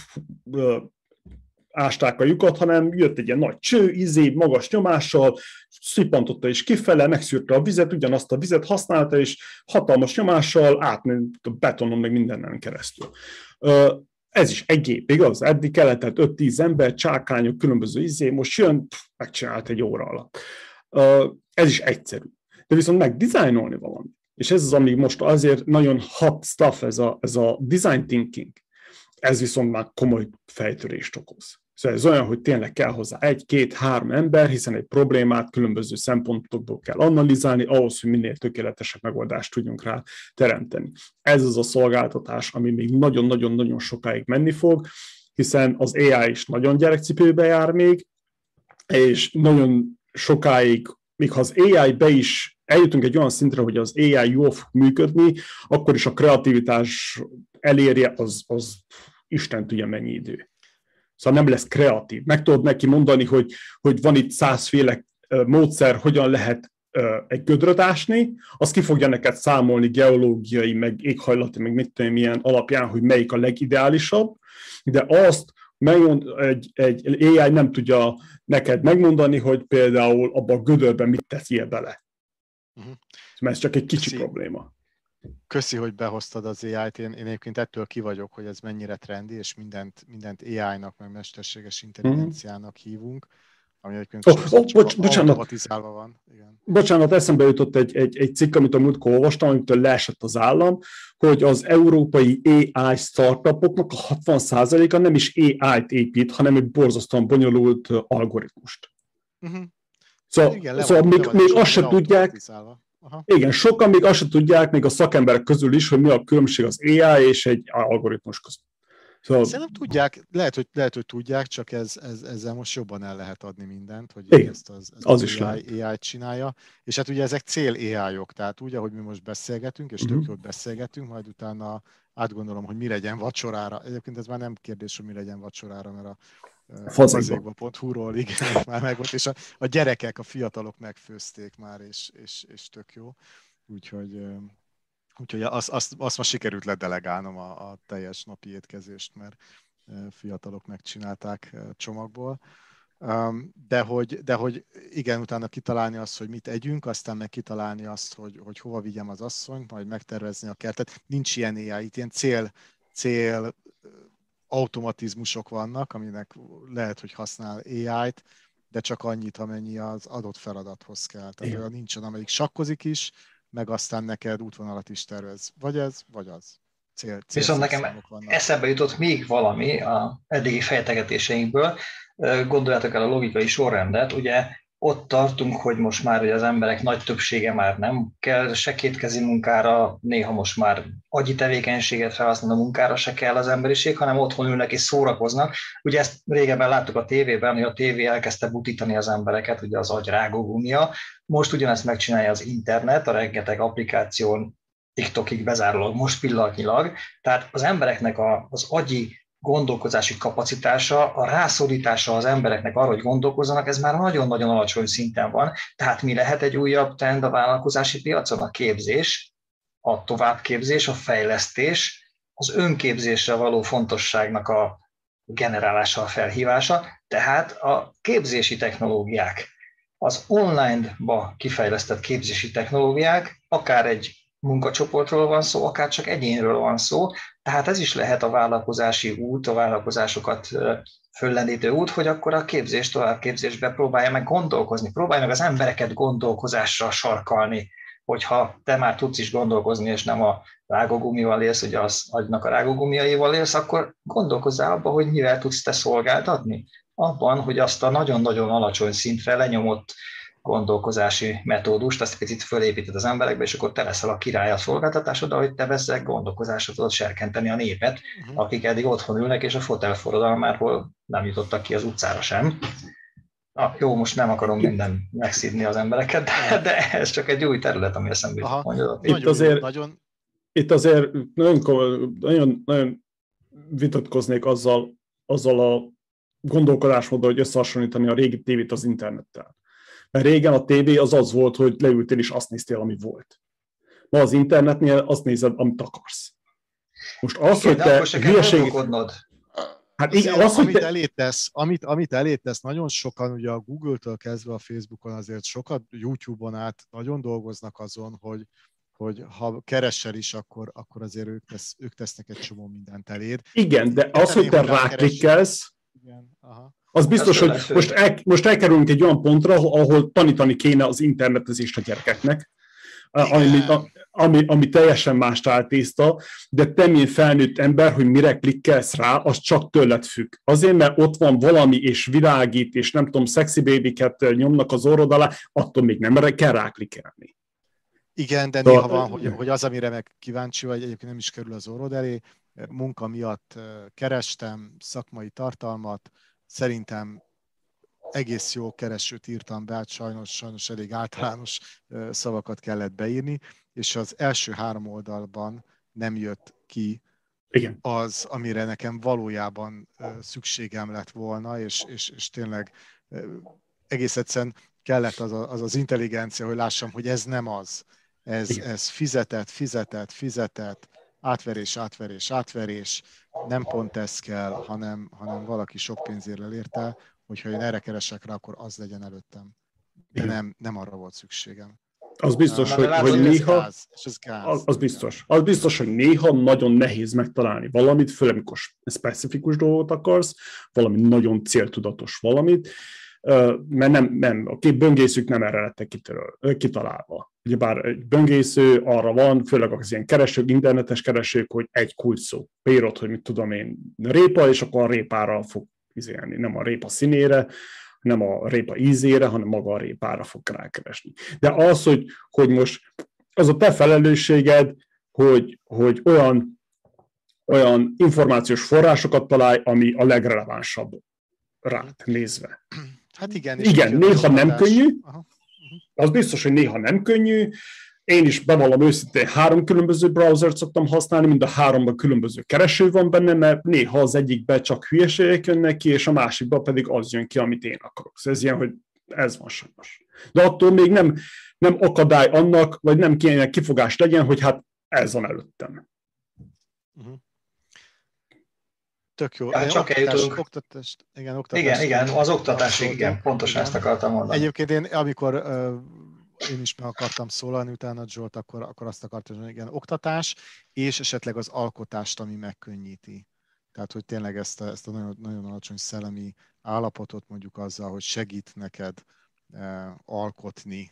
[SPEAKER 3] ásták a lyukat, hanem jött egy ilyen nagy cső, magas nyomással, szippantotta is kifele, megszűrte a vizet, ugyanazt a vizet használta, és hatalmas nyomással átment a betonon, meg mindenen keresztül. Ez is egy gép, igaz? Eddig kellett 5-10 ember, csákányok, különböző most jön, megcsinált egy óra alatt. Ez is egyszerű. De viszont megdizájnolni valamit. És ez az, ami most azért nagyon hot stuff, ez a design thinking. Ez viszont már komoly fejtörést okoz. Szóval ez olyan, hogy tényleg kell hozzá 1-2-3 ember, hiszen egy problémát különböző szempontokból kell analizálni, ahhoz, hogy minél tökéletesebb megoldást tudjunk rá teremteni. Ez az a szolgáltatás, ami még nagyon-nagyon-nagyon sokáig menni fog, hiszen az AI is nagyon gyerekcipőbe jár még, és nagyon sokáig, még ha az AI-be is eljutunk egy olyan szintre, hogy az AI jól fog működni, akkor is a kreativitás elérje, az Isten tudja mennyi idő. Szóval nem lesz kreatív. Meg tudod neki mondani, hogy van itt 100 féle módszer, hogyan lehet egy gödröt ásni, az ki fogja neked számolni geológiai, meg éghajlati, meg mit tudom, milyen alapján, hogy melyik a legideálisabb, de azt egy AI nem tudja neked megmondani, hogy például abban a gödörben mit teszél bele. Mert ez csak egy kicsi probléma.
[SPEAKER 1] Köszi, hogy behoztad az AI-t. Én egyébként ettől ki vagyok, hogy ez mennyire trendi, és mindent AI-nak, meg mesterséges intelligenciának hívunk, ami egyébként automatizálva van. Igen.
[SPEAKER 3] Bocsánat, eszembe jutott egy cikk, amit a múltkor olvastam, amitől leesett az állam, hogy az európai AI startupoknak a 60%-a nem is AI-t épít, hanem egy borzasztóan bonyolult algoritmust. Szóval még azt se tudják, igen, sokan még azt se tudják, még a szakemberek közül is, hogy mi a különbség az AI és egy algoritmus között.
[SPEAKER 1] Szóval... Szerintem tudják, lehet, hogy tudják, csak ezzel most jobban el lehet adni mindent, hogy igen, ezt az AI csinálja. És hát ugye ezek cél AI-ok, tehát úgy, ahogy mi most beszélgetünk, és tök jót beszélgetünk, majd utána átgondolom, hogy mi legyen vacsorára. Egyébként ez már nem kérdés, hogy mi legyen vacsorára, mert a fazékba.hu-ról igen, már megvolt, és a gyerekek, a fiatalok megfőzték már, és tök jó. Úgyhogy azt ma sikerült ledelegálnom a teljes napi étkezést, mert fiatalok megcsinálták csomagból. De hogy igen, utána kitalálni azt, hogy mit együnk, aztán meg kitalálni azt, hogy hova vigyem az asszonyt, majd megtervezni a kertet. Nincs ilyen AI, itt ilyen cél automatizmusok vannak, aminek lehet, hogy használ AI-t, de csak annyit, amennyi az adott feladathoz kell. Tehát olyan nincsen, amelyik sakkozik is, meg aztán neked útvonalat is tervez. Vagy ez, vagy az.
[SPEAKER 2] Viszont nekem eszembe jutott még valami a eddigi fejtegetéseinkből. Gondoljátok el a logikai sorrendet. Ugye ott tartunk, hogy most már hogy az emberek nagy többsége már nem kell se kétkezi munkára, néha most már agyi tevékenységet felhasználó munkára se kell az emberiség, hanem otthon ülnek és szórakoznak. Ugye ezt régebben láttuk a tévében, hogy a tévé elkezdte butítani az embereket, ugye az agy rágógumia. Most ugyanezt megcsinálja az internet, a rengeteg applikáción, TikTokig bezárólag most pillanatnyilag. Tehát az embereknek az agyi gondolkozási kapacitása, a rászorítása az embereknek arra, hogy gondolkozzanak, ez már nagyon-nagyon alacsony szinten van. Tehát mi lehet egy újabb trend a vállalkozási piacon? A képzés, a továbbképzés, a fejlesztés, az önképzésre való fontosságnak a generálása, a felhívása, tehát a képzési technológiák, az online-ba kifejlesztett képzési technológiák, akár egy munkacsoportról van szó, akár csak egyénről van szó, tehát ez is lehet a vállalkozási út, a vállalkozásokat föllendítő út, hogy akkor a képzés, továbbképzésbe próbálja meg gondolkozni, próbálja meg az embereket gondolkozásra sarkalni, hogyha te már tudsz is gondolkozni, és nem a rágógumival élsz, ugye az agynak a rágógumiaival élsz, akkor gondolkozzál abba, hogy mivel tudsz te szolgáltatni. Abban, hogy azt a nagyon-nagyon alacsony szintre lenyomott gondolkozási metódust, azt picit fölépíted az emberekbe, és akkor te leszel a király a szolgáltatásod, ahogy te ezzel gondolkozásra tudod serkenteni a népet, akik eddig otthon ülnek, és a fotel forradalmából nem jutottak ki az utcára sem. Jó, most nem akarom minden megszídni az embereket, de ez csak egy új terület, ami eszembe jutott mondja.
[SPEAKER 3] Itt azért nagyon vitatkoznék azzal a gondolkodásmóddal, hogy összehasonlítani a régi tévét az internettel. Mert régen a tévé az volt, hogy leültél és azt néztél, ami volt. Ma az internetnél azt nézed, amit akarsz. Most az, hogy te hülyeséget...
[SPEAKER 1] Hát igen, az, amit elétesz, nagyon sokan, ugye a Google-től kezdve a Facebookon azért sokat, YouTube-on át nagyon dolgoznak azon, hogy ha keresel is, akkor azért ők tesznek egy csomó mindent eléd.
[SPEAKER 3] Igen, de az, hogy te ráklikkelsz, az biztos, hogy most elkerülünk egy olyan pontra, ahol tanítani kéne az internetezést a gyerekeknek, ami teljesen más táltészta, de te, mint felnőtt ember, hogy mire klikkelsz rá, az csak tőled függ. Azért, mert ott van valami, és világít, és nem tudom, szexi babyket nyomnak az orrod alá, attól még nem kell ráklikkelni.
[SPEAKER 1] Igen, de néha van, hogy az, amire meg kíváncsi vagy, egyébként nem is kerül az orrod elé, munka miatt kerestem szakmai tartalmat, szerintem egész jó keresőt írtam be, hát sajnos elég általános szavakat kellett beírni, és az első 3 oldalban nem jött ki az, amire nekem valójában szükségem lett volna, és tényleg egész egyszerűen kellett az intelligencia, hogy lássam, hogy ez nem az. Ez fizetett, átverés, nem pont ez kell, hanem valaki sok pénzért elérte, hogyha én erre keresek rá, akkor az legyen előttem. De nem arra volt szükségem.
[SPEAKER 3] Az biztos, hogy néha... Az biztos, hogy néha nagyon nehéz megtalálni valamit, főleg amikor specifikus dolgot akarsz, valami nagyon céltudatos valamit, mert nem, a két böngészők nem erre lettek kitalálva. Ugyebár egy böngésző arra van, főleg az ilyen keresők, internetes keresők, hogy egy kulcsszó. Beírod, hogy mit tudom én, répa, és akkor a répára fog izélni. Nem a répa színére, nem a répa ízére, hanem maga a répára fog rákeresni. De az, hogy most az a te felelősséged, hogy olyan információs forrásokat találj, ami a legrelevánsabb rád nézve.
[SPEAKER 1] Hát igen,
[SPEAKER 3] néha nem könnyű. Az biztos, hogy néha nem könnyű. Én is bevallom őszintén 3 különböző browsert szoktam használni, mind a 3-ban különböző kereső van benne, mert néha az egyikben csak hülyeségek jönnek ki, és a másikban pedig az jön ki, amit én akarok. Ez ilyen, hogy ez van sajnos. De attól még nem akadály annak, vagy nem kéne kifogás legyen, hogy hát ez van előttem.
[SPEAKER 1] Tök jó.
[SPEAKER 2] Ja, csak eljutunk.
[SPEAKER 1] Oktatás,
[SPEAKER 2] igen, az oktatásig, igen, pontosan ezt akartam mondani.
[SPEAKER 1] Egyébként amikor én is meg akartam szólalni utána, Zsolt, akkor azt akartam, hogy igen, oktatás, és esetleg az alkotást, ami megkönnyíti. Tehát, hogy tényleg ezt a nagyon, nagyon alacsony szellemi állapotot mondjuk azzal, hogy segít neked alkotni.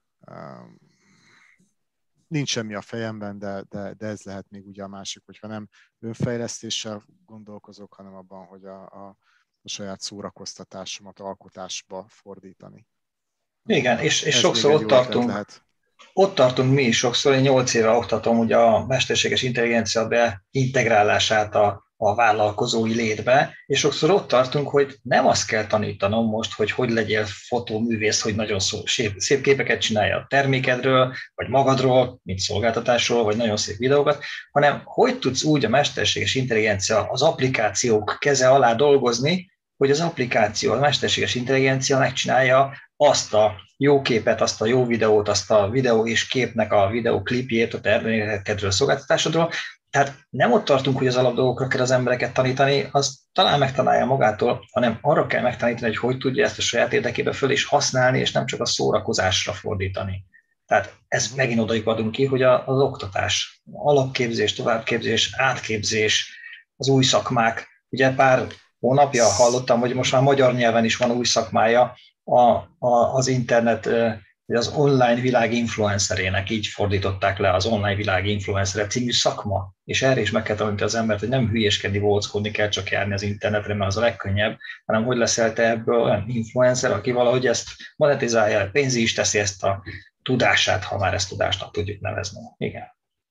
[SPEAKER 1] Nincs semmi a fejemben, de ez lehet még ugye a másik, hogyha nem önfejlesztéssel gondolkozok, hanem abban, hogy a saját szórakoztatásomat alkotásba fordítani.
[SPEAKER 2] Igen, és sokszor ott tartunk mi is sokszor, én 8 éve oktatom ugye a mesterséges intelligencia beintegrálását a vállalkozói létbe, és sokszor ott tartunk, hogy nem azt kell tanítanom most, hogy legyél fotóművész, hogy nagyon szép képeket csinálja a termékedről, vagy magadról, mint szolgáltatásról, vagy nagyon szép videókat, hanem hogy tudsz úgy a mesterséges intelligencia az applikációk keze alá dolgozni, hogy az applikáció, a mesterséges intelligencia megcsinálja azt a jó képet, azt a jó videót, azt a videó és képnek a videóklipjét, a termékedről, szolgáltatásodról. Tehát nem ott tartunk, hogy az alapdolgokra kell az embereket tanítani, azt talán megtalálja magától, hanem arra kell megtanítani, hogy tudja ezt a saját érdekébe föl is használni, és nem csak a szórakozásra fordítani. Tehát ez megint odaig adunk ki, hogy az oktatás, alapképzés, továbbképzés, átképzés, az új szakmák. Ugye pár hónapja hallottam, hogy most már magyar nyelven is van új szakmája az internet, az online világ influencerének, így fordították le, az online világ influencer című szakma. És erre is meg kell tanulni az embert, hogy nem hülyéskedni, volckodni kell csak járni az internetre, mert az a legkönnyebb, hanem hogy leszel te ebből olyan influencer, aki valahogy ezt monetizálja, pénzé is teszi ezt a tudását, ha már ezt tudásnak tudjuk nevezni. Igen.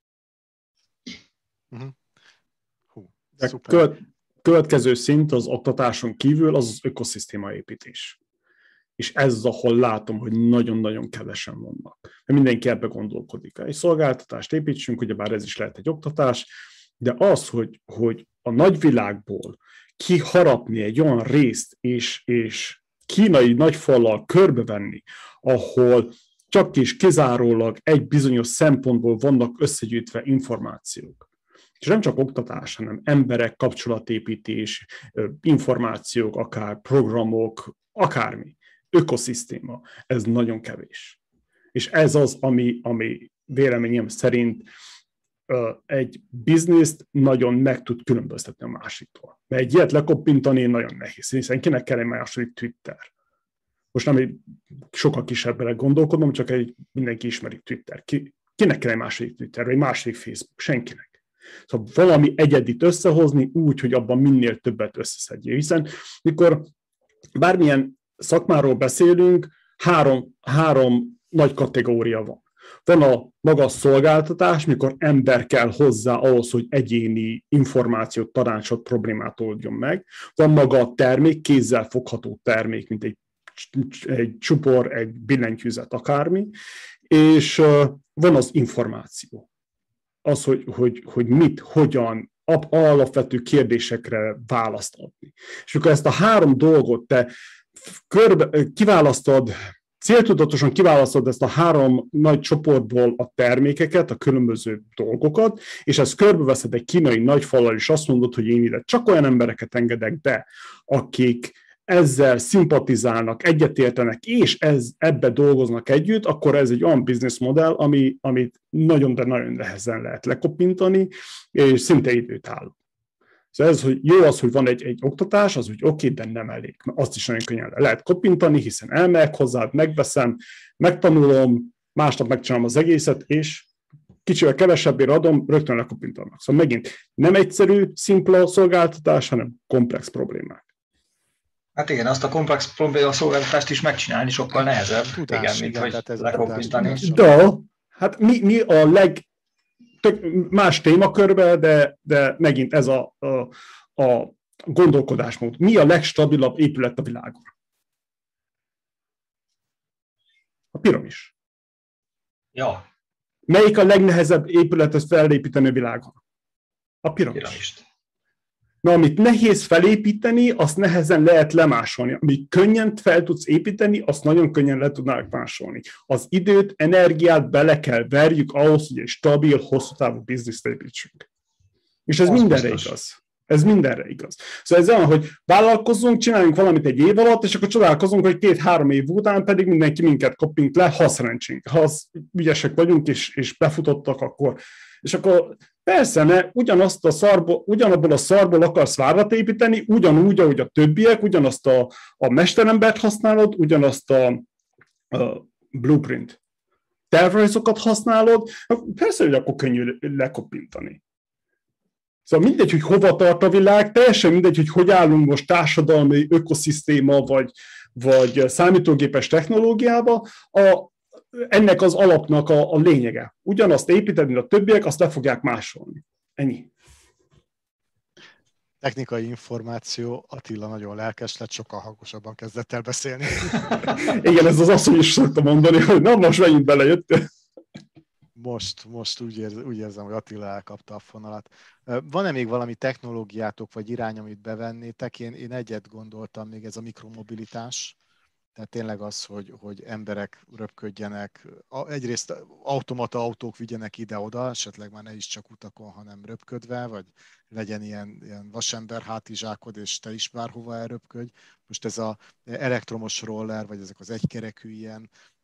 [SPEAKER 3] Következő szint az oktatáson kívül az ökoszisztémaépítés. És ez, ahol látom, hogy nagyon-nagyon kevesen vannak. Mert mindenki ebbe gondolkodik. Egy szolgáltatást építsünk, ugyebár ez is lehet egy oktatás, de az, hogy a nagyvilágból kiharapni egy olyan részt, és kínai nagyfallal körbevenni, ahol csak is kizárólag egy bizonyos szempontból vannak összegyűjtve információk. És nem csak oktatás, hanem emberek, kapcsolatépítés, információk, akár programok, akármi. Ökoszisztéma. Ez nagyon kevés. És ez az, ami véleményem szerint egy bizniszt nagyon meg tud különböztetni a másiktól. Mert egy ilyet lekoppintani nagyon nehéz, hiszen kinek kell egy második Twitter. Most nem sokkal kisebbre gondolkodom, csak mindenki ismeri Twitter. Kinek kell egy második Twitter, vagy egy második Facebook? Senkinek. Szóval valami egyedit összehozni úgy, hogy abban minél többet összeszedjél. Hiszen mikor bármilyen szakmáról beszélünk, három nagy kategória van. Van a maga szolgáltatás, mikor ember kell hozzá ahhoz, hogy egyéni információt, tanácsot, problémát oldjon meg. Van maga a termék, kézzel fogható termék, mint egy csupor, egy billentyűzet, akármi. És van az információ. Az, hogy mit, hogyan, alapvető kérdésekre választ adni. És akkor ezt a három dolgot te céltudatosan kiválasztod ezt a három nagy csoportból a termékeket, a különböző dolgokat, és ezt körbeveszed egy kínai nagyfallal, és azt mondod, hogy én ide csak olyan embereket engedek be, akik ezzel szimpatizálnak, egyetértenek, és ebbe dolgoznak együtt, akkor ez egy olyan bizniszmodell, amit nagyon, de nagyon nehezen lehet lekoppintani, és szinte időtálló. Szóval ez, hogy jó az, hogy van egy oktatás, az úgy oké, de nem elég. Azt is nagyon könnyen lehet koppintani, hiszen elmegyek hozzá, megveszem, megtanulom, másnap megcsinálom az egészet, és kicsivel kevesebbére adom, rögtön lekoppintanak. Szóval megint nem egyszerű, szimpla szolgáltatás, hanem komplex problémák.
[SPEAKER 2] Hát igen, azt a komplex probléma szolgáltatást is megcsinálni sokkal nehezebb,
[SPEAKER 1] tudás,
[SPEAKER 2] mint hogy lekoppintani.
[SPEAKER 3] De, hát mi a más témakörbe, de megint ez a gondolkodásmód. Mi a legstabilabb épület a világon? A piramis.
[SPEAKER 2] Ja.
[SPEAKER 3] Melyik a legnehezebb épületet felépíteni a világon? A piramis. Na, amit nehéz felépíteni, azt nehezen lehet lemásolni. Amit könnyen fel tudsz építeni, azt nagyon könnyen le tudnák másolni. Az időt, energiát bele kell verjük ahhoz, hogy egy stabil, hosszú távú bizniszt építsünk. És ez mindenre igaz. Ez mindenre igaz. Szóval ez olyan, hogy vállalkozzunk, csináljunk valamit egy év alatt, és akkor csodálkozunk, hogy 2-3 év után pedig mindenki minket koppint le, ha szerencsénk. Ha ügyesek vagyunk, és befutottak, akkor... És akkor persze, ugyanabból a szarból akarsz várat építeni, ugyanúgy, ahogy a többiek, ugyanazt a mesterembert használod, ugyanazt a blueprint tervrajzokat használod, persze, hogy akkor könnyű lekoppintani. Szóval mindegy, hogy hova tart a világ, teljesen mindegy, hogy állunk most társadalmi ökoszisztéma, vagy számítógépes technológiába, ennek az alapnak a lényege. Ugyanazt építeni, mint a többiek, azt le fogják másolni. Ennyi.
[SPEAKER 1] Technikai információ, Attila nagyon lelkes lett, sokkal hangosabban kezdett el beszélni.
[SPEAKER 3] Igen, ez az asszony is szokta mondani, hogy na most megint belejöttél.
[SPEAKER 1] Most úgy érzem, hogy Attila elkapta a fonalat. Van-e még valami technológiátok vagy irány, amit bevennétek? Én egyet gondoltam, még ez a mikromobilitás. Tehát tényleg az, hogy emberek röpködjenek, egyrészt automata autók vigyenek ide-oda, esetleg már ne is csak utakon, hanem röpködve, vagy legyen ilyen vasember hátizsákod, és te is bárhova elröpködj. Most ez az elektromos roller, vagy ezek az egykerekű ilyen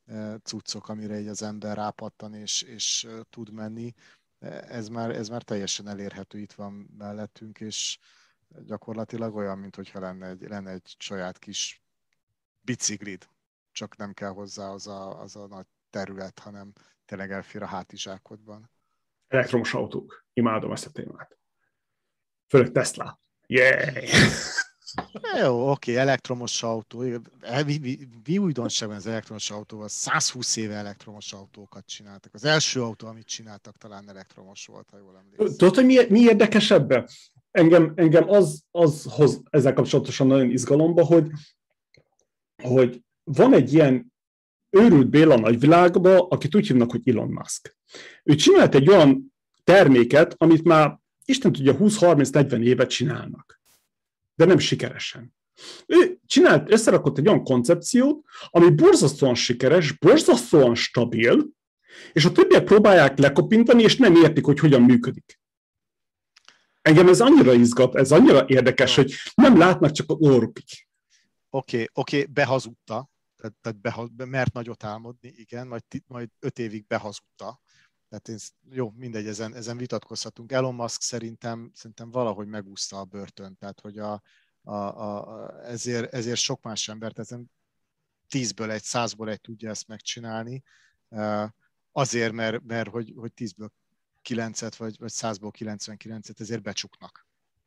[SPEAKER 1] cuccok, amire így az ember rápattan és tud menni. Ez már teljesen elérhető, itt van mellettünk, és gyakorlatilag olyan, mintha lenne egy saját kis biciklid, csak nem kell hozzá az a nagy terület, hanem tényleg elfér a hátizsákodban. Elektromos
[SPEAKER 3] autók. Imádom ezt a témát. Főleg Tesla. Yeah!
[SPEAKER 1] Jó, oké, elektromos autó. Mi újdonság van az elektromos autóval? 120 éve elektromos autókat csináltak. Az első autó, amit csináltak, talán elektromos volt, ha jól emlékszem.
[SPEAKER 3] Tudod, hogy mi érdekes ebben? Engem az hoz ezzel kapcsolatosan nagyon izgalomba, hogy van egy ilyen őrült Béla nagyvilágban, akit úgy hívnak, hogy Elon Musk. Ő csinált egy olyan terméket, amit már Isten tudja 20-30-40 évet csinálnak, de nem sikeresen. Ő összerakott egy olyan koncepciót, ami borzasztóan sikeres, borzasztóan stabil, és a többiek próbálják lekopintani, és nem értik, hogy hogyan működik. Engem ez annyira izgat, ez annyira érdekes, hogy nem látnak csak a orrukig.
[SPEAKER 1] Oké, behazudta, tehát mert nagyot álmodni, igen, majd 5 évig behazudta. Tehát jó, mindegy, ezen vitatkozhatunk. Elon Musk szerintem valahogy megúszta a börtön, tehát hogy ezért sok más embert, ezen 10-ből 1, 100-ból 1 tudja ezt megcsinálni, azért, mert hogy 10-ből 9-et, vagy 100-ból 99-et ezért becsuknak.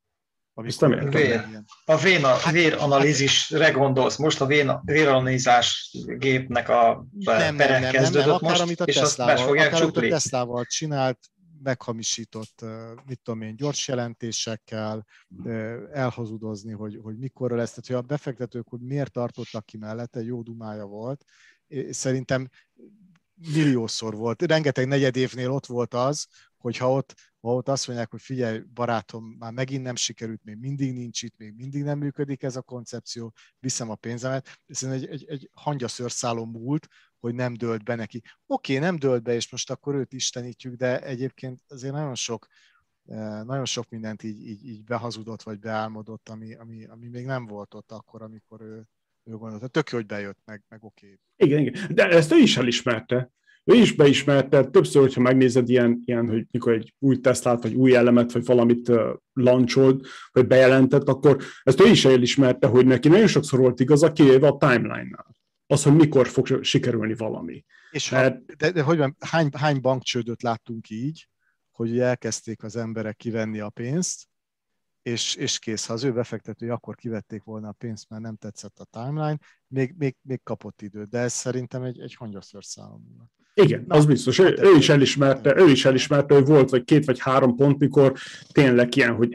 [SPEAKER 2] A véranalízisre gondolsz, most a véranalízás gépnek a perek kezdődött most, és azt be fogják csukni.
[SPEAKER 1] A Teslával csinált, meghamisított, gyors jelentésekkel, elhazudozni, hogy mikorra lesz. Tehát, hogy a befektetők, hogy miért tartottak ki mellette, jó dumája volt. Szerintem milliószor volt. Rengeteg negyedévnél ott volt az, hogyha ott azt mondják, hogy figyelj, barátom, már megint nem sikerült, még mindig nincs itt, még mindig nem működik ez a koncepció, viszem a pénzemet. Ez egy hangyaszőrszálon múlt, hogy nem dőlt be neki. Oké, nem dőlt be, és most akkor őt istenítjük, de egyébként azért nagyon sok mindent így behazudott, vagy beálmodott, ami még nem volt ott akkor, amikor ő gondolta. Tök jó, hogy bejött, meg oké.
[SPEAKER 3] Igen, de ezt ő is elismerte. Ő is beismerte, többször, hogyha megnézed ilyen, hogy mikor egy új Teslát, vagy új elemet, vagy valamit launchold, vagy bejelentett, akkor ezt ő is elismerte, hogy neki nagyon sokszor volt igaza, kivéve a timeline-nál. Az, hogy mikor fog sikerülni valami.
[SPEAKER 1] És de hogy van, hány bankcsődöt láttunk így, hogy elkezdték az emberek kivenni a pénzt, és kész, ha az ő befektetői akkor kivették volna a pénzt, mert nem tetszett a timeline, még kapott időt, de ez szerintem egy hangyaszőrszálon.
[SPEAKER 3] Igen, az biztos. Ő is elismerte, hogy volt vagy 2 vagy 3 pont, mikor tényleg ilyen, hogy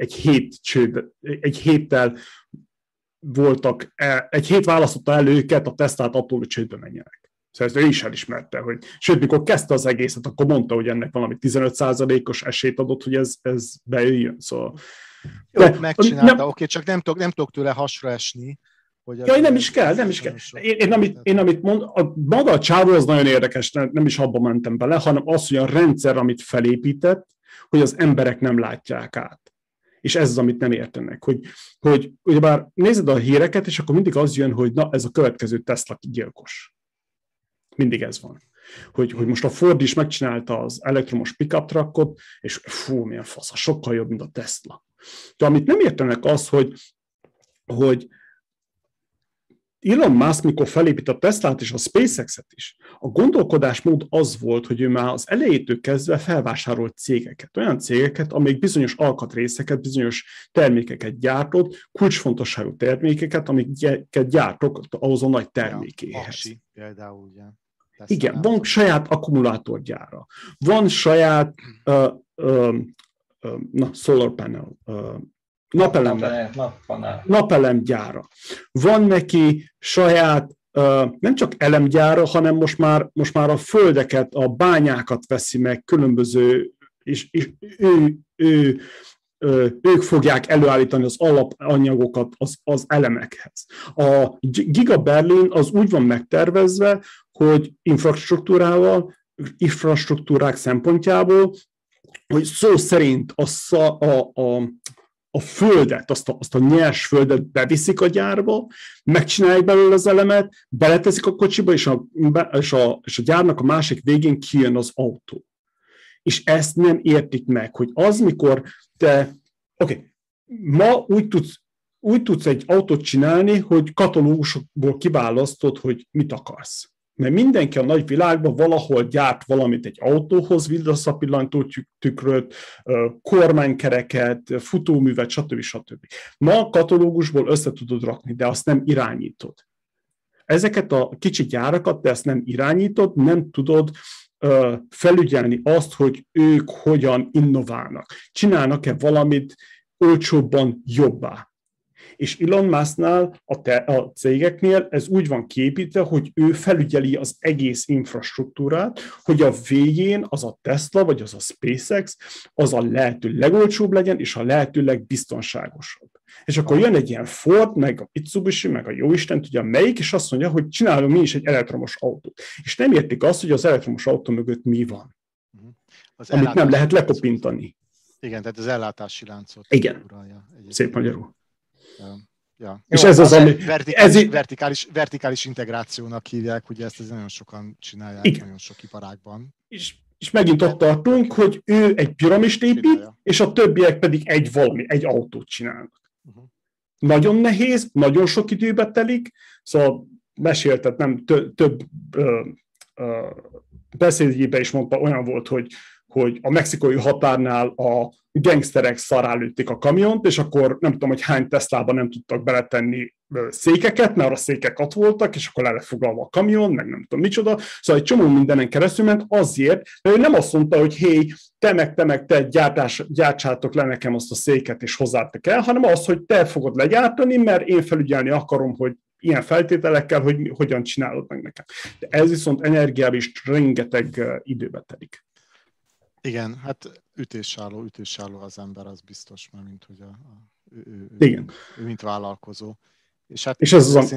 [SPEAKER 3] egy héttel voltak, egy hét választotta el őket a Teslát attól, hogy csődbe menjenek. Szóval ő is elismerte, hogy sőt, mikor kezdte az egészet, akkor mondta, hogy ennek valami 15%-os esélyt adott, hogy ez bejöjjön. Szóval...
[SPEAKER 1] Jó, megcsinálta, oké, csak nem tudok tőle hasra esni.
[SPEAKER 3] Nem is kell. Én amit mond, maga a csávó az nagyon érdekes, nem is abba mentem bele, hanem az, hogy a rendszer, amit felépített, hogy az emberek nem látják át. És ez az, amit nem értenek. Hogy ugyebár nézed a híreket, és akkor mindig az jön, hogy na, ez a következő Tesla gyilkos. Mindig ez van. Hogy most a Ford is megcsinálta az elektromos pickup truckot, és fú, milyen fasz, sokkal jobb, mint a Tesla. De amit nem értenek az, hogy Elon Musk, mikor felépít a Teslát és a SpaceX-et is, a gondolkodásmód az volt, hogy ő már az elejétől kezdve felvásárolt cégeket, olyan cégeket, amelyek bizonyos alkatrészeket, bizonyos termékeket gyártott, kulcsfontosságú termékeket, amiket gyártok ahhoz a nagy termékéhez.
[SPEAKER 1] Ja, például, ugye.
[SPEAKER 3] Igen, van saját akkumulátorgyára, van saját solar panel, napelemgyára. Van neki saját, nem csak elemgyára, hanem most már a földeket, a bányákat veszi meg különböző, és ők fogják előállítani az alapanyagokat az elemekhez. A Giga Berlin az úgy van megtervezve, hogy infrastruktúrák szempontjából, hogy szó szerint a földet, azt a nyers földet beviszik a gyárba, megcsinálják belőle az elemet, beleteszik a kocsiba, és a gyárnak a másik végén kijön az autó. És ezt nem értik meg, hogy az, mikor te, ma úgy tudsz egy autót csinálni, hogy katalógusokból kiválasztod, hogy mit akarsz. Mert mindenki a nagy világban valahol gyárt valamit egy autóhoz, villanyszapillantó tükröt, kormánykereket, futóművet, stb. Ma a katalógusból össze tudod rakni, de azt nem irányítod. Ezeket a kicsi gyárakat, de ezt nem irányítod, nem tudod felügyelni azt, hogy ők hogyan innoválnak. Csinálnak-e valamit olcsóbban jobbá. És Elon Musknál, a cégeknél ez úgy van kiépítve, hogy ő felügyeli az egész infrastruktúrát, hogy a végén az a Tesla, vagy az a SpaceX, az a lehető legolcsóbb legyen, és a lehető legbiztonságosabb. És akkor jön egy ilyen Ford, meg a Mitsubishi, meg a jóisten tudja melyik, és azt mondja, hogy csinálunk mi is egy elektromos autót. És nem értik azt, hogy az elektromos autó mögött mi van. Amit nem lehet lekopintani.
[SPEAKER 1] Igen, tehát az ellátási láncot.
[SPEAKER 3] Igen, szép magyarul.
[SPEAKER 1] Ja.
[SPEAKER 3] És jó, ez az, ami...
[SPEAKER 1] Vertikális integrációnak hívják, ugye ezt nagyon sokan csinálják, igen. Nagyon sok iparágban.
[SPEAKER 3] És megint ott tartunk, hogy ő egy piramist épít, és a többiek pedig egy autót csinálnak. Nagyon nehéz, nagyon sok időbe telik, szóval meséltet, nem több beszédjében is mondta, olyan volt, hogy a mexikói határnál a gangsterek szarrálőtték a kamiont, és akkor nem tudom, hogy hány Teslában nem tudtak beletenni székeket, mert a székek ott voltak, és akkor le lett foglalva a kamion, meg nem tudom micsoda. Szóval egy csomó mindenen keresztül ment azért, mert ő nem azt mondta, hogy hé, te gyártsátok le nekem azt a széket, és hozzátok el, hanem az, hogy te fogod legyártani, mert én felügyelni akarom, hogy ilyen feltételekkel, hogy hogyan csinálod meg nekem. De ez viszont energiába is rengeteg időbe telik.
[SPEAKER 1] Igen, hát ütésálló az ember, az biztos, mert mint hogy ő mint vállalkozó. És hát
[SPEAKER 3] és ez az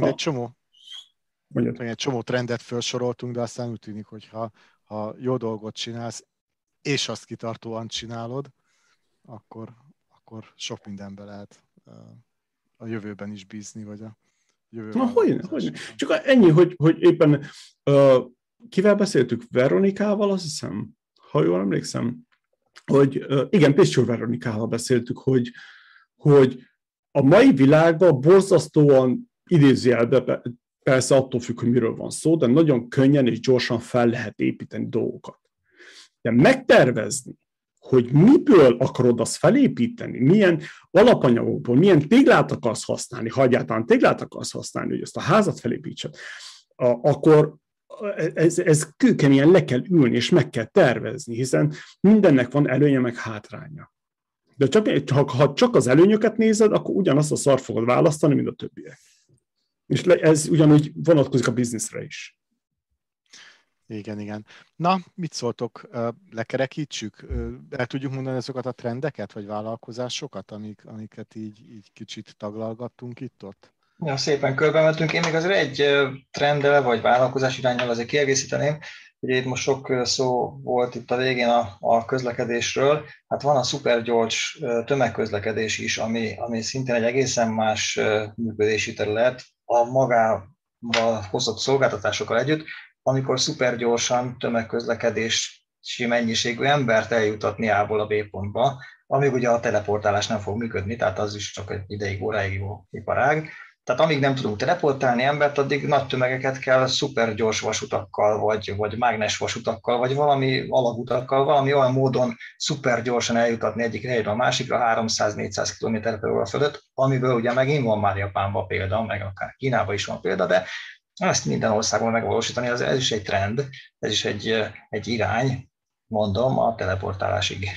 [SPEAKER 1] egy csomó trendet felsoroltunk, de aztán úgy tűnik, hogy ha jó dolgot csinálsz, és azt kitartóan csinálod, akkor sok mindenbe lehet a jövőben is bízni, vagy a jövőben.
[SPEAKER 3] Hogyne. Csak ennyi, hogy éppen kivel beszéltük? Veronikával, azt hiszem, ha jól emlékszem, hogy igen, Pécső Veronikával beszéltük, hogy a mai világban borzasztóan idézőjelbe, persze attól függ, hogy miről van szó, de nagyon könnyen és gyorsan fel lehet építeni dolgokat. De megtervezni, hogy miből akarod azt felépíteni, milyen alapanyagokból, milyen téglát akarsz használni, ha egyáltalán téglát akarsz használni, hogy ezt a házat felépítsed, akkor ez kőkeményen le kell ülni, és meg kell tervezni, hiszen mindennek van előnye, meg hátránya. De ha csak az előnyöket nézed, akkor ugyanazt a szart fogod választani, mint a többiek. És ez ugyanúgy vonatkozik a bizniszre is.
[SPEAKER 1] Igen. Na, mit szóltok? Lekerekítsük? El tudjuk mondani azokat a trendeket, vagy vállalkozásokat, amiket így kicsit taglalgattunk itt-ott?
[SPEAKER 2] Ja, szépen körbementünk. Én még azért egy trenddel vagy vállalkozás iránnyal azért kiegészíteném. Ugye itt most sok szó volt itt a végén a közlekedésről. Hát van a szupergyors tömegközlekedés is, ami szintén egy egészen más működési terület a magával hozott szolgáltatásokkal együtt, amikor szupergyorsan tömegközlekedési mennyiségű embert eljutatni A-ból a B pontba, amíg ugye a teleportálás nem fog működni, tehát az is csak egy ideig, óráig jó iparág. Tehát amíg nem tudunk teleportálni embert, addig nagy tömegeket kell szupergyors vasutakkal, vagy mágnes vasutakkal, vagy valami alagutakkal, valami olyan módon szupergyorsan eljutatni egyik helyről a másikra 300-400 km/h fölött, amiből ugye megint van már Japánban példa, meg akár Kínában is van példa, de ezt minden országban megvalósítani, ez is egy trend, ez is egy irány, mondom, a teleportálásig.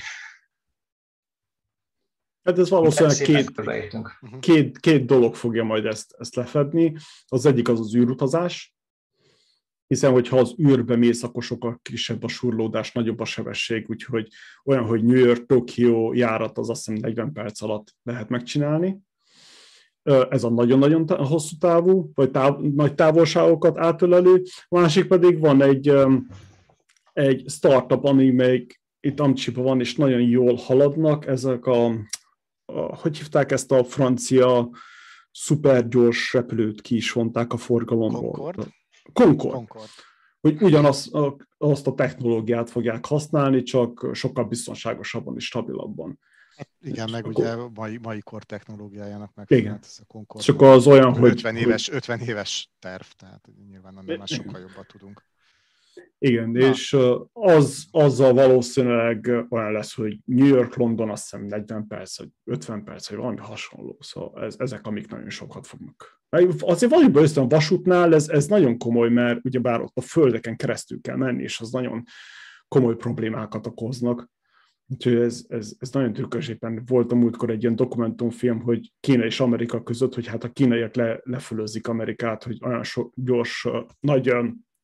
[SPEAKER 3] Hát ez valószínűleg két dolog fogja majd ezt lefedni. Az egyik az űrutazás, hiszen hogyha az űrbe mész, akkor sokkal kisebb a surlódás, nagyobb a sebesség, úgyhogy olyan, hogy New York-Tokió járat, az azt hiszem 40 perc alatt lehet megcsinálni. Ez a nagyon-nagyon hosszú távú, vagy nagy távolságokat átölelő. A másik pedig van egy startup, ami még itt Amcsiban van, és nagyon jól haladnak, ezek hogy hívták ezt a francia szupergyors repülőt, ki is vonták a forgalomból? Concorde. Hogy ugyanazt a technológiát fogják használni, csak sokkal biztonságosabban és stabilabban.
[SPEAKER 1] Hát igen, meg ugye mai kor technológiájának
[SPEAKER 3] igen.
[SPEAKER 1] Ez a Concorde.
[SPEAKER 3] Csak az olyan,
[SPEAKER 1] 50 éves terv, tehát nyilván nem már sokkal jobban tudunk.
[SPEAKER 3] Igen, és azzal valószínűleg olyan lesz, hogy New York-London azt hiszem 40 perc, vagy 50 perc, vagy valami hasonló. Szóval ezek, amik nagyon sokat fognak. Azért valamiben a vasútnál ez nagyon komoly, mert ugyebár ott a földeken keresztül kell menni, és az nagyon komoly problémákat okoznak. Úgyhogy ez nagyon trükkös. Éppen volt a múltkor egy ilyen dokumentumfilm, hogy Kína és Amerika között, hogy hát a kínaiak lefölözik Amerikát, hogy olyan gyors, nagy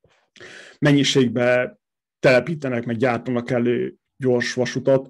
[SPEAKER 3] mennyiségbe telepítenek, meg gyártanak elő gyors vasutat.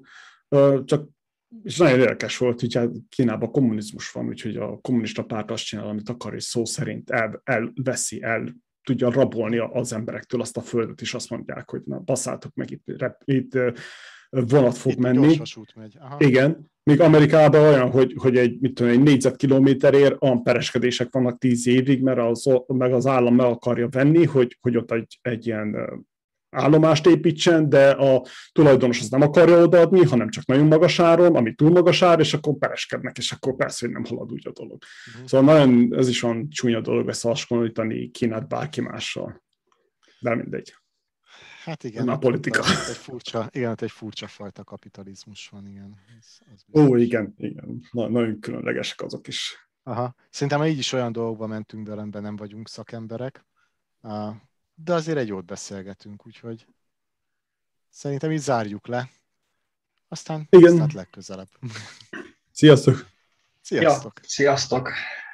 [SPEAKER 3] És nagyon érdekes volt, hogy hát Kínában kommunizmus van, úgyhogy a kommunista párt azt csinál, amit akar, és szó szerint elveszi, tudja rabolni az emberektől azt a földet, és azt mondják, hogy na, basszátok meg, itt vonat fog menni.
[SPEAKER 1] Gyors vasút megy. Aha.
[SPEAKER 3] Igen. Még Amerikában olyan, hogy egy négyzetkilométerért olyan pereskedések vannak 10 évig, mert az állam meg akarja venni, hogy ott egy ilyen állomást építsen, de a tulajdonos az nem akarja odaadni, hanem csak nagyon magas áron, ami túl magas ár, és akkor pereskednek, és akkor persze, hogy nem halad úgy a dolog. Szóval nagyon, ez is olyan csúnya dolog összehasonlítani Kínát bárki mással. De mindegy.
[SPEAKER 1] Hát igen,
[SPEAKER 3] a politika.
[SPEAKER 1] Egy furcsa fajta kapitalizmus van, igen.
[SPEAKER 3] Igen. Nagyon különlegesek azok is.
[SPEAKER 1] Aha. Szerintem így is olyan dolgokba mentünk bele, amiben nem vagyunk szakemberek, de azért egy jót beszélgetünk, úgyhogy szerintem így zárjuk le. Aztán legközelebb.
[SPEAKER 3] Sziasztok!
[SPEAKER 1] Sziasztok!
[SPEAKER 2] Ja, sziasztok!